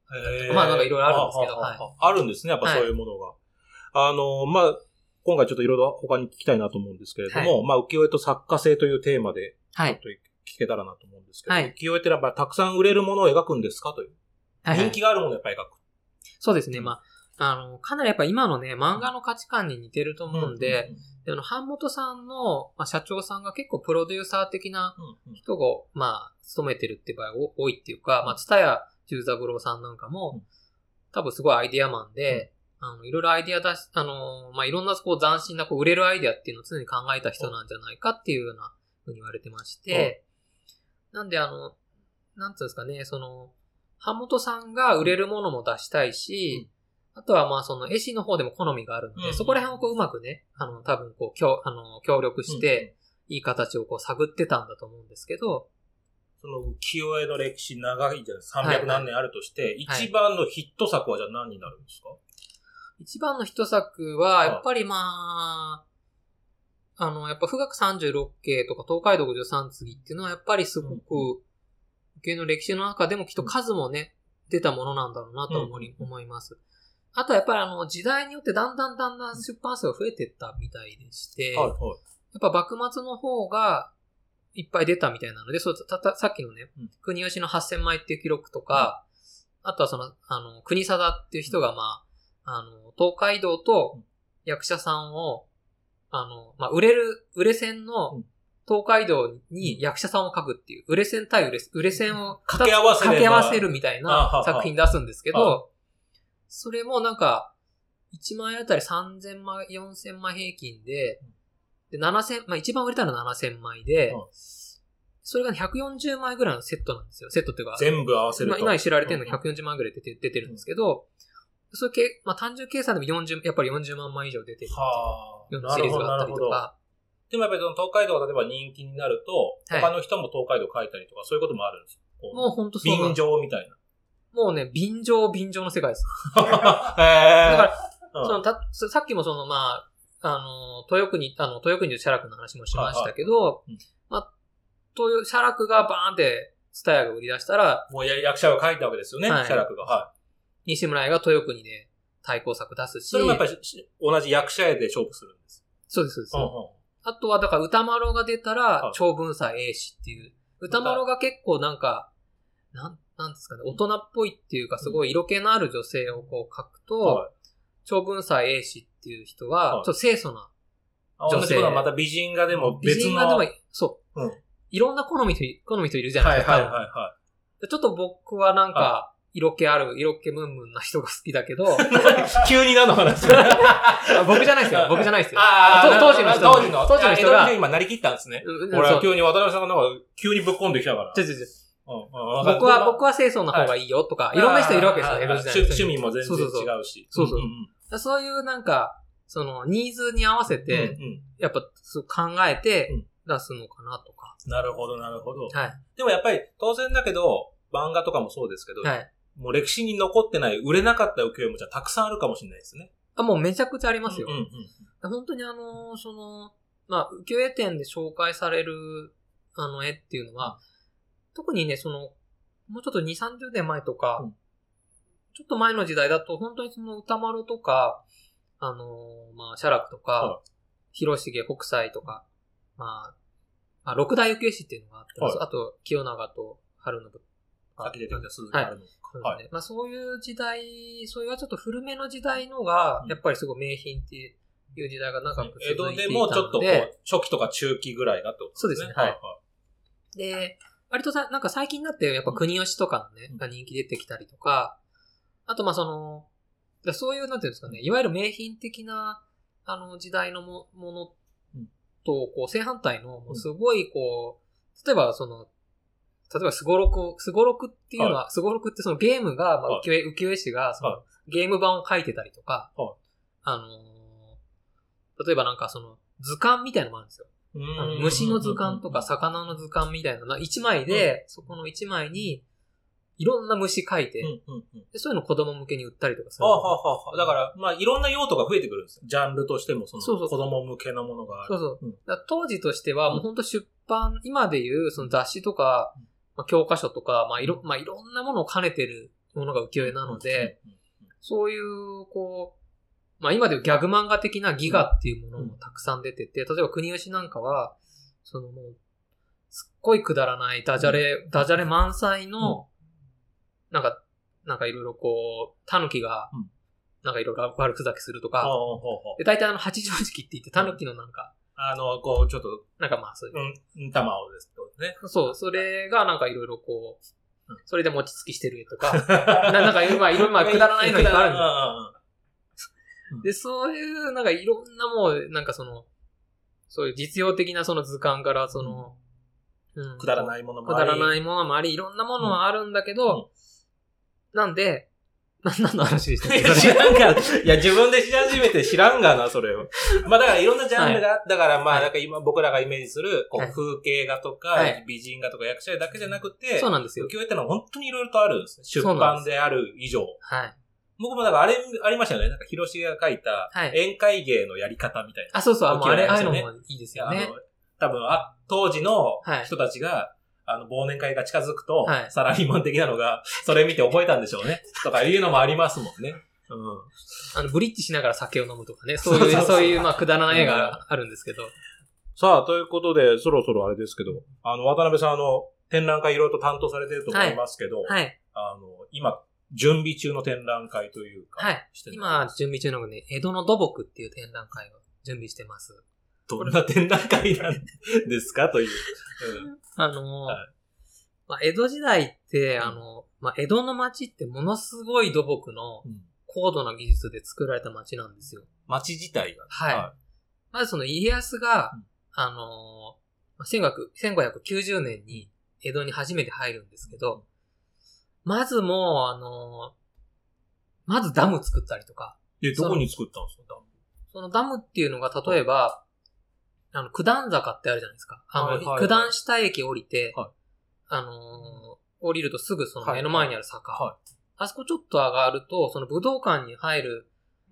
Speaker 2: まあなんかいろいろあるんですけど、はい。
Speaker 1: あるんですね、やっぱそういうものが。まあ、今回ちょっといろいろ他に聞きたいなと思うんですけれども、まあ浮世絵と作家性というテーマで、ちょっと聞けたらなと思うんですけど、浮世絵ってやっぱりたくさん売れるものを描くんですかという。人気があるものをやっぱり描く。
Speaker 2: そうですね。まあ、かなりやっぱ今のね、漫画の価値観に似てると思うんで、版元さんの、社長さんが結構プロデューサー的な人が、勤めてるっていう場合が多いっていうか、ツタヤ十三郎さんなんかも、多分すごいアイデアマンで、いろいろアイデア出し、いろんな斬新な売れるアイデアっていうのを常に考えた人なんじゃないかっていうようなふうに言われてまして、なんでなんていうんですかね、版元さんが売れるものも出したいし、あとは絵師の方でも好みがあるので、そこら辺をうまくね、多分協力して、いい形を探ってたんだと思うんですけど、
Speaker 1: その浮世絵の歴史長いじゃない300何年あるとして、一番のヒット作はじゃあ何になるんですか？
Speaker 2: 一番のヒット作は、やっぱりやっぱ富岳36景とか東海道53次っていうのはやっぱりすごく、浮世絵の歴史の中でもきっと数もね、出たものなんだろうなと思います。あとはやっぱり時代によってだんだん出版数が増えていったみたいでして、やっぱ幕末の方がいっぱい出たみたいなので、さっきのね、国吉の8000枚っていう記録とか、あとは国貞っていう人が東海道と役者さんを、売れ線の東海道に役者さんを書くっていう、売れ線対売れ線を
Speaker 1: 掛け合わせる
Speaker 2: みたいな作品出すんですけど、それも1枚あたり3000枚、4000枚平均で、7000、一番売れたのは7000枚で、それが140枚ぐらいのセットなんですよ。セットっていうか。
Speaker 1: 全部合わせると。
Speaker 2: 今知られてるの140枚ぐらい出てるんですけど、それ単純計算でもやっぱり40万枚以上出てるっていうシリーズがあったりとか。
Speaker 1: でもやっぱり東海道が例えば人気になると、他の人も東海道書いたりとか、そういうこともあるんですよ。
Speaker 2: もう本当そう。
Speaker 1: 便乗みたいな。
Speaker 2: もうね、便乗の世界です。だから、さっきも豊国と写楽の話もしましたけど、写楽がバーンってツタヤが売り出したら、
Speaker 1: もう役者が書いたわけですよね、写楽が。
Speaker 2: 西村屋が豊国で対抗作出すし、
Speaker 1: それもやっぱり同じ役者絵で勝負するんです。
Speaker 2: そうです。あとはだから歌丸が出たら、長文斎英史っていう、歌丸が結構なんですかね、大人っぽいっていうか、すごい色気のある女性を描くと、長文斎英史っていう人は、ちょっと清楚な
Speaker 1: 女性。また美人画でも別の。美人画でも、
Speaker 2: そう。いろんな好み人いるじゃないですか。ちょっと僕は色気ムンムンな人が好きだけど。
Speaker 1: 急に何の話
Speaker 2: 僕じゃないですよ。当時の
Speaker 1: 人が。今なりきったんですね。俺は急に渡辺さんが急にぶっ込んできたから。僕
Speaker 2: は清楚な方がいいよとか、いろんな人いるわけですよ、江戸時代。
Speaker 1: 趣味も全然違うし。
Speaker 2: そういうニーズに合わせて、やっぱ考えて出すのかなとか。
Speaker 1: なるほど。でもやっぱり当然だけど、漫画とかもそうですけど、もう歴史に残ってない、売れなかった浮世絵もじゃたくさんあるかもしれないですね。
Speaker 2: もうめちゃくちゃありますよ。本当に浮世絵展で紹介される、絵っていうのは、特にね、もうちょっと2、30年前とか、ちょっと前の時代だと、本当に歌丸とか、写楽とか、広重北斎とか、六大浮世絵師っていうのがあって、あと、清永と春信。
Speaker 1: さっき出てきた鈴木春信。
Speaker 2: そういう時代、そういうちょっと古めの時代のが、やっぱりすごい名品っていう時代が長く続いていたので。
Speaker 1: 江戸でもちょっと初期とか中期ぐらいがってことですね。
Speaker 2: そうですね。で、割と最近になってやっぱ国吉とかのね、が人気出てきたりとか、あとそういうなんていうんですかね、いわゆる名品的な時代のものと正反対のすごい例えばスゴロクっていうのは、スゴロクってゲームが浮世絵師がゲーム版を書いてたりとか、例えば図鑑みたいなのもあるんですよ。虫の図鑑とか魚の図鑑みたいな一枚で、そこの一枚にいろんな虫描いて、でそういうの子供向けに売ったりとかする。
Speaker 1: だから、いろんな用途が増えてくるんですよ。ジャンルとしても、子供向けのものがある。
Speaker 2: 当時としては、もう本当出版、今でいう雑誌とか、教科書とか、いろんなものを兼ねてるものが浮世絵なので、そういう、まあ今でいうギャグ漫画的なギガっていうものもたくさん出てて、例えば国吉なんかは、もう、すっごいくだらないダジャレ満載の、なんかいろいろ狸が、なんかいろいろ悪ふざけするとか、で、大体八丈敷って言って狸のなんか、
Speaker 1: ちょっと、
Speaker 2: なんかまあそういう。
Speaker 1: 玉をですけどね。
Speaker 2: そう、それがなんかいろいろそれで餅つきしてる絵とか、なんかいろいろくだらないのいっぱいあるんだ。で、そういう、なんかいろんなもう、なんかそういう実用的なその図鑑から、
Speaker 1: くだらないものも
Speaker 2: あり。くだらないものもあり、いろんなものはあるんだけど、なんで、何の話でしたっけ？
Speaker 1: 知らんがな。いや、自分で知り始めて知らんがな、それを。まあだからいろんなジャンルがあったから、まあなんか今僕らがイメージする、風景画とか、美人画とか役者だけじゃなくて、
Speaker 2: そうなんですよ。
Speaker 1: 浮世絵ってのは本当にいろいろとあるんですね。出版である以上。
Speaker 2: はい。
Speaker 1: 僕もだからありましたよね。なんか広重が書いた、宴会芸のやり方みたいな。
Speaker 2: そうそう、あれ、ああいうのもいいですよね。
Speaker 1: 多分、当時の人たちが、忘年会が近づくと、サラリーマン的なのが、それ見て覚えたんでしょうね。とかいうのもありますもんね。
Speaker 2: ブリッジしながら酒を飲むとかね。そういう、まあ、くだらない絵があるんですけど。
Speaker 1: さあ、ということで、そろそろあれですけど、渡辺さん、展覧会いろいろと担当されてると思いますけど、今、準備中の展覧会というか、
Speaker 2: 今、準備中のね、江戸の土木っていう展覧会を準備してます。
Speaker 1: どんな展覧会なんですかという。
Speaker 2: まあ、江戸時代って、まあ、江戸の町ってものすごい土木の高度な技術で作られた町なんですよ。
Speaker 1: 町自体が。
Speaker 2: はい。まず家康が、1590年に江戸に初めて入るんですけど、まずもう、まずダム作ったりとか。
Speaker 1: どこに作ったんですか、ダム？
Speaker 2: そのダムっていうのが、例えば、九段坂ってあるじゃないですか。九段下駅降りて、降りるとすぐその目の前にある坂。あそこちょっと上がると、その武道館に入る、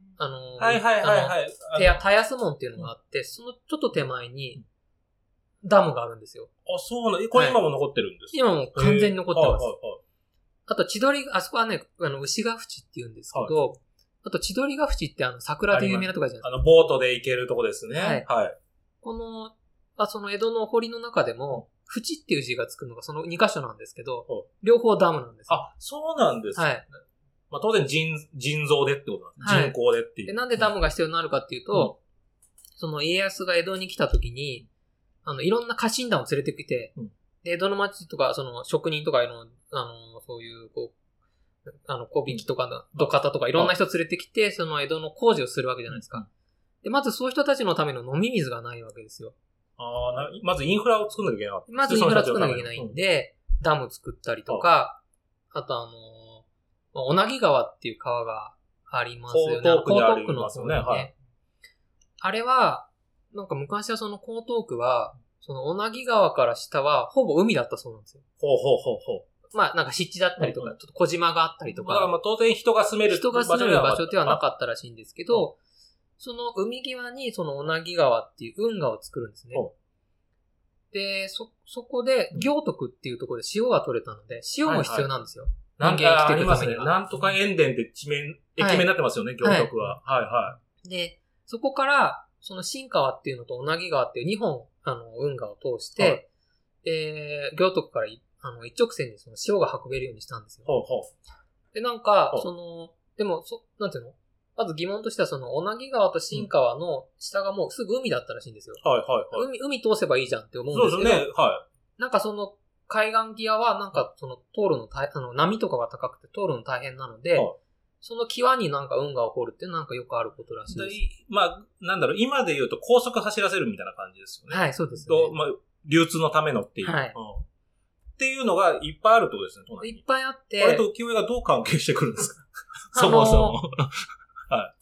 Speaker 2: 田安門っていうのがあって、そのちょっと手前に、ダムがあるんですよ。
Speaker 1: あ、そうなの？これ今も残ってるんですか？
Speaker 2: 今も完全に残ってます。あと、あそこはね、牛ヶ淵って言うんですけど、あと、千鳥ヶ淵って桜で有名なとこじゃないですか。
Speaker 1: ボートで行けるとこですね。はい。
Speaker 2: その江戸の堀の中でも、淵っていう字がつくのがその2箇所なんですけど、両方ダムなんです。
Speaker 1: あ、そうなんですね。はい。まあ当然人造でってことなんです。人工でっていう。
Speaker 2: で、なんでダムが必要になるかっていうと、その家康が江戸に来た時に、いろんな家臣団を連れてきて、で、江戸の町とか、その職人とかそういう、小引きとか、土方とかいろんな人連れてきて、その江戸の工事をするわけじゃないですか。で、まずそういう人たちのための飲み水がないわけですよ。
Speaker 1: まずインフラを作んなきゃいけない。
Speaker 2: まずインフラ作んなきゃいけないんで、ダム作ったりとか、あと小名木川っていう川がありますよね。江東区の方にね。あれは、なんか昔はその江東区は、その小名木川から下はほぼ海だったそうなんですよ。まあなんか湿地だったりとか、ちょっと小島があったりとか。
Speaker 1: まあ当然人が住める
Speaker 2: 場所ではなかったらしいんですけど、その海際にその小名木川っていう運河を作るんですね。で、そこで行徳っていうところで塩が取れたので、塩も必要なんですよ。人間生きていくためには。
Speaker 1: なんとか塩田って駅名になってますよね、行徳は。
Speaker 2: で、そこから、その新川っていうのと小名木川っていう2本、運河を通して、行徳から一直線にその塩が運べるようにしたんですよ。で、なんか、でも、なんていうの？まず疑問としては、その、小名木川と新川の下がもうすぐ海だったらしいんですよ。海通せばいいじゃんって思うんですけど、なんかその、海岸際は、なんかその、通るの波とかが高くて通るの大変なので、その際になんか運河を掘るってなんかよくあることらしいです。
Speaker 1: まあ、なんだろう、今で言うと高速走らせるみたいな感じですよね。
Speaker 2: はい、そうです
Speaker 1: ね。まあ、流通のためのっていう。はい。っていうのがいっぱいあるってことですね、都内に。
Speaker 2: いっぱいあって。
Speaker 1: これと浮世絵がどう関係してくるんですかそもそも。
Speaker 2: はい。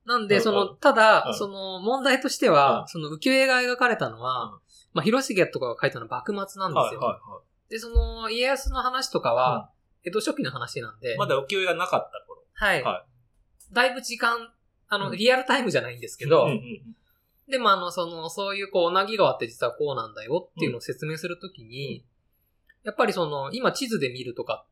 Speaker 2: なんで、ただ、問題としては、浮世絵が描かれたのは、まあ、広重とかが書いたのは幕末なんですよ。で、家康の話とかは、江戸初期の話なんで。
Speaker 1: まだ浮世絵がなかった頃。
Speaker 2: はい。だいぶ時間、リアルタイムじゃないんですけど、でもそういう小名木川って実はこうなんだよっていうのを説明するときに、やっぱり今地図で見るとかっ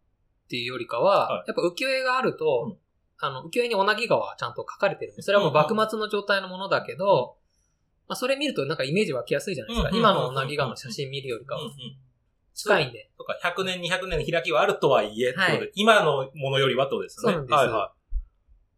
Speaker 2: っていうよりかは、
Speaker 1: はい、
Speaker 2: やっぱ浮世絵があると、浮世絵に小名木川はちゃんと書かれてるんで、それはもう幕末の状態のものだけど、まあ、それ見るとなんかイメージ湧きやすいじゃないですか。今の小名木川の写真見るよりかは。近いんで。
Speaker 1: とか、100年、200年の開きはあるとはいえ、
Speaker 2: はい、
Speaker 1: 今のものよりはとですね。
Speaker 2: そうなんです。はいはい、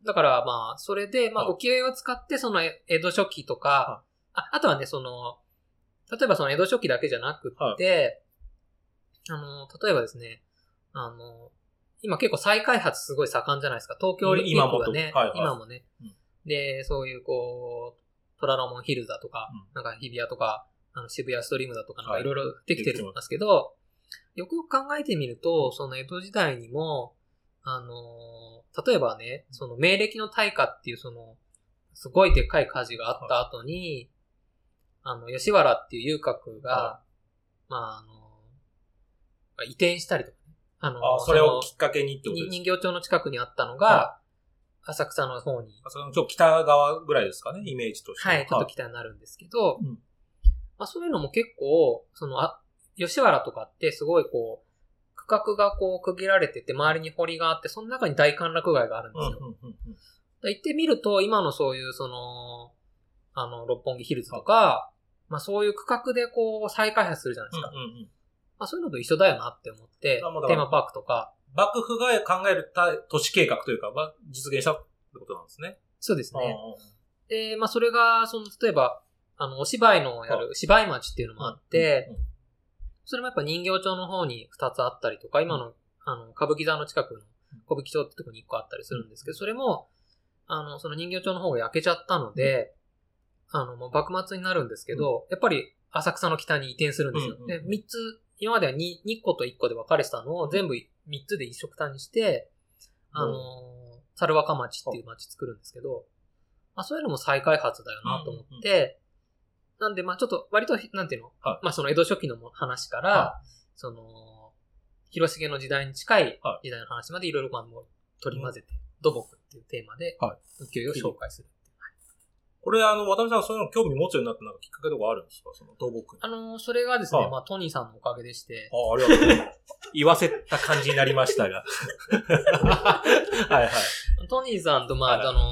Speaker 2: だからまあ、それで、まあ、浮世絵を使って、その江戸初期とか、あとはね、例えばその江戸初期だけじゃなくって、例えばですね、今結構再開発すごい盛んじゃないですか。東京オリンピックがね、今もね、で、そういうこう、虎ノ門ヒルズだとか、なんか日比谷とか、渋谷ストリームだとかなんかいろいろできてるんですけど、よくよく考えてみると、その江戸時代にも、例えばね、その明暦の大火っていうすごいでっかい火事があった後に、吉原っていう遊郭が、まあ、移転したりとかね。
Speaker 1: それをきっかけにってことですか？
Speaker 2: 人形町の近くにあったのが、浅草の方に。
Speaker 1: ちょっと北側ぐらいですかね、イメージとして。
Speaker 2: はい、ちょっと北になるんですけど、まあ、そういうのも結構、吉原とかってすごいこう、区画がこう区切られてて、周りに堀があって、その中に大歓楽街があるんですよ。行ってみると、今のそういう六本木ヒルズとか、まあそういう区画でこう再開発するじゃないですか。まあそういうのと一緒だよなって思って、テーマパークとか。
Speaker 1: 幕府が考える都市計画というか、実現したってことなんですね。
Speaker 2: そうですね。で、まあそれが、例えば、お芝居のやる芝居町っていうのもあって、それもやっぱ人形町の方に2つあったりとか、今の、歌舞伎座の近くの小吹町ってとこに1個あったりするんですけど、それも、その人形町の方が焼けちゃったので、もう幕末になるんですけど、やっぱり浅草の北に移転するんですよ。で、3つ、今までは 2個と1個で分かれてたのを全部3つで一緒くたにして、猿若町っていう町作るんですけど、まあそういうのも再開発だよなと思って、なんでまあちょっと割と、なんていうの、まあその江戸初期の話から、広重の時代に近い時代の話までいろいろ取り混ぜて、土木っていうテーマで浮世絵を紹介する。
Speaker 1: これ渡辺さんそういうの興味持つようになったなんかきっかけとかあるんですか？その土木
Speaker 2: に。それがですね、まあトニーさんのおかげでして。
Speaker 1: ありがとうございます。言わせた感じになりましたが。はいはい。
Speaker 2: トニーさんと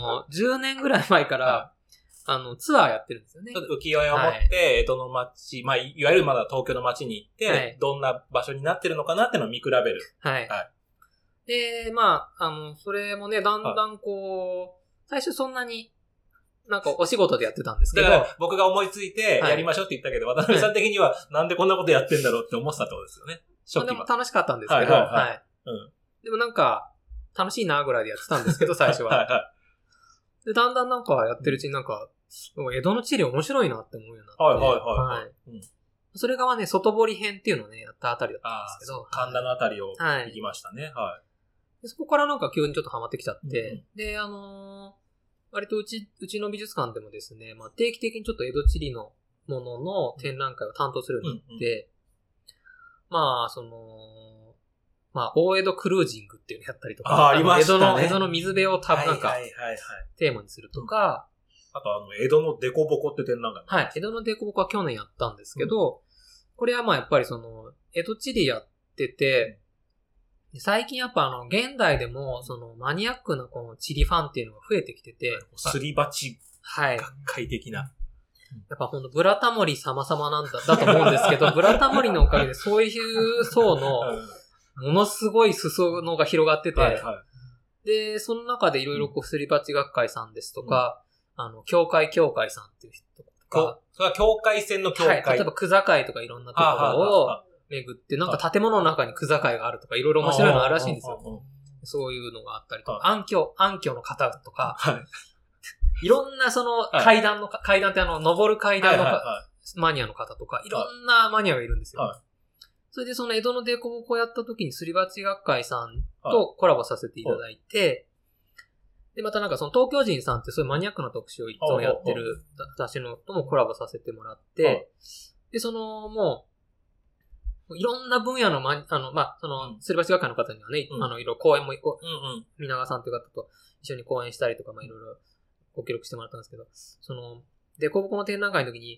Speaker 2: 10年ぐらい前から、ツアーやってるんですよね。
Speaker 1: 浮世絵を持って、江戸の街、まあ、いわゆるまだ東京の街に行って、どんな場所になってるのかなっていうのを見比べる。
Speaker 2: はい。で、まあ、それもね、だんだんこう、最初そんなに、なんかお仕事でやってたんですけど。
Speaker 1: だから僕が思いついてやりましょうって言ったけど、渡辺さん的にはなんでこんなことやってんだろうって思ってたってことですよね。初期は。
Speaker 2: でも楽しかったんですけど、はい。でもなんか、楽しいなぐらいでやってたんですけど、最初は。で、だんだんなんかやってるうちになんか、江戸の地理面白いなって思うようになって。それがね、外堀編っていうのをね、やったあたりだったんですけど。
Speaker 1: 神田のあたりを行きましたね。
Speaker 2: でそこからなんか急にちょっとハマってきちゃって、で、割とうちの美術館でもですね、まあ定期的にちょっと江戸地理のものの展覧会を担当するようになって、まあ、まあ、大江戸クルージングっていうのやったりとか、
Speaker 1: ありましたね。
Speaker 2: 江戸の水辺をなんか、テーマにするとか、
Speaker 1: あと江戸のデコボコって展覧会。
Speaker 2: はい。江戸のデコボコは去年やったんですけど、これはまあやっぱり江戸地理やってて、最近やっぱ現代でも、マニアックなこの地理ファンっていうのが増えてきてて。
Speaker 1: すり鉢。
Speaker 2: はい。
Speaker 1: 学会的な。
Speaker 2: やっぱほんと、ブラタモリ様々なんだと思うんですけど、ブラタモリのおかげでそういう層の、ものすごい裾野が広がってて、で、その中でいろいろすり鉢学会さんですとか、協会さんっていう人とか。
Speaker 1: それは境界線の境界。
Speaker 2: はい。例えば、区境とかいろんなところを巡って、なんか建物の中に区境があるとか、いろいろ面白いのあるらしいんですよ。そういうのがあったりとか、暗渠の方とか、いろんな階段って登る階段のマニアの方とか、いろんなマニアがいるんですよ。それで江戸のデコボコをやった時にすり鉢学会さんとコラボさせていただいて、で、またなんか東京人さんってそういうマニアックな特集をいつもやってる雑誌のともコラボさせてもらって、で、もう、いろんな分野のすり鉢学会の方にはね、いろいろ講演も、皆川さんという方と一緒に講演したりとか、いろいろご記録してもらったんですけど、デコボコの展覧会の時に、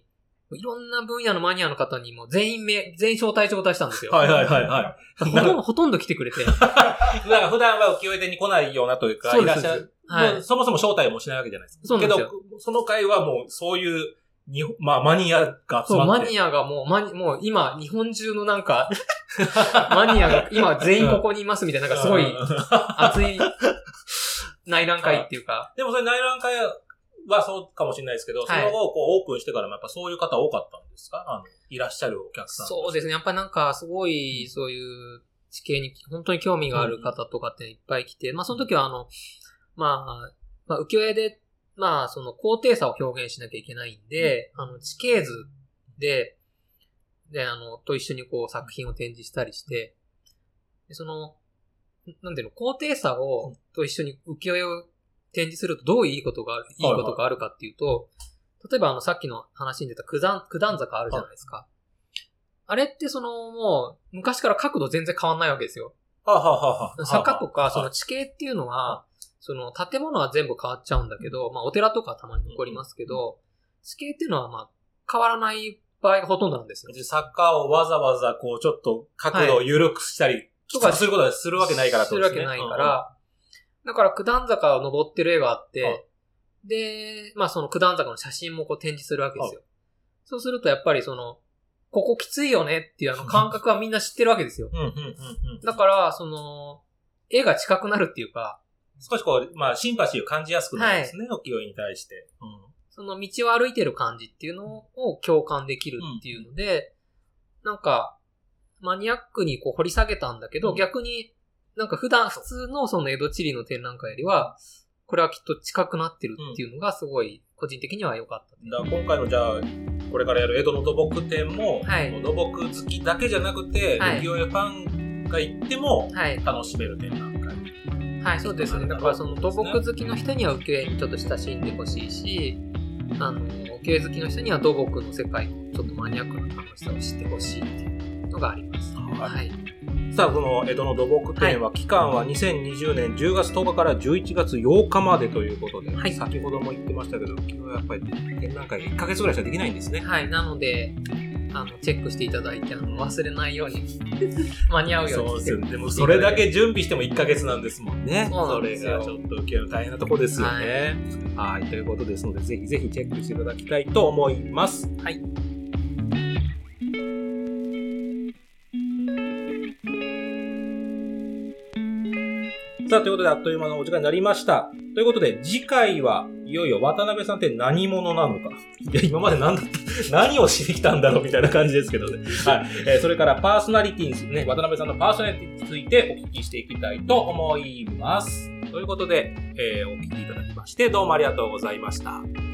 Speaker 2: いろんな分野のマニアの方にも全員招待状出したんですよ。
Speaker 1: はいはいはいはい。
Speaker 2: ほとんど来てくれて。
Speaker 1: だから普段は浮世絵店に来ないようなというか、いらっしゃる。はい。そもそも招待もしないわけじゃないですか。
Speaker 2: そうなんですよ。
Speaker 1: けど、その会はもうそういう、マニアが集まって。
Speaker 2: そう、マニアがもう今、日本中のなんか、マニアが今全員ここにいますみたいな、なんかすごい熱い内覧会っていうか。
Speaker 1: でもそれ内覧会はそうかもしれないですけど、その後こうオープンしてからもやっぱそういう方多かったんですか？いらっしゃるお客さん。
Speaker 2: そうですね。やっぱなんかすごいそういう地形に本当に興味がある方とかっていっぱい来て、その時は浮世絵で、その高低差を表現しなきゃいけないんで、地形図で、と一緒にこう作品を展示したりして、でなんていうの、高低差と一緒に浮世絵を展示するとどういういいことがあるかっていうと、例えばさっきの話に出た九段坂あるじゃないですか。あれってもう、昔から角度全然変わんないわけですよ。坂とか、その地形っていうのは、建物は全部変わっちゃうんだけど、お寺とかはたまに残りますけど、地形っていうのは変わらない場合がほとんどなんですよ。
Speaker 1: 坂をわざわざこう、ちょっと角度を緩くしたり、とかすることはするわけないからってことですね。
Speaker 2: するわけないから、だから九段坂を登ってる絵があって、で、その九段坂の写真もこう展示するわけですよ。そうするとやっぱりここきついよねっていう感覚はみんな知ってるわけですよ。だから、絵が近くなるっていうか、
Speaker 1: 少しこう、シンパシーを感じやすくなるんですね、浮世絵に対して。
Speaker 2: その道を歩いてる感じっていうのを共感できるっていうので、なんか、マニアックにこう掘り下げたんだけど、逆になんか普通のその江戸地理の展覧会よりは、これはきっと近くなってるっていうのがすごい個人的には良かった。
Speaker 1: だから今回のじゃあ、これからやる江戸の土木展も、土木好きだけじゃなくて、浮世絵ファンが行っても楽しめる展覧会。
Speaker 2: はい、そうですね。だからその土木好きの人には浮世絵にちょっと親しんでほしいし、浮世絵好きの人には土木の世界のちょっとマニアックな楽しさを知ってほしいっていうのがあります。はい。
Speaker 1: さあ、この江戸の土木展は、期間は2020年10月10日から11月8日までということで、先ほども言ってましたけど、昨日やっぱり展覧会1ヶ月ぐらいしかできないんですね。
Speaker 2: はい、なので、チェックしていただいて、忘れないように、間に合うように。
Speaker 1: そうですよ。でもそれだけ準備しても1ヶ月なんですもんね。それがちょっと受ける大変なところですよね。はい、ということですので、ぜひぜひチェックしていただきたいと思います。
Speaker 2: はい。
Speaker 1: さあ、ということで、あっという間のお時間になりました。ということで、次回はいよいよ渡辺さんって何者なのか。いや、今まで何をしに来たんだろうみたいな感じですけどね。はい。それからパーソナリティにね、渡辺さんのパーソナリティについてお聞きしていきたいと思います。ということで、お聞きいただきまして、どうもありがとうございました。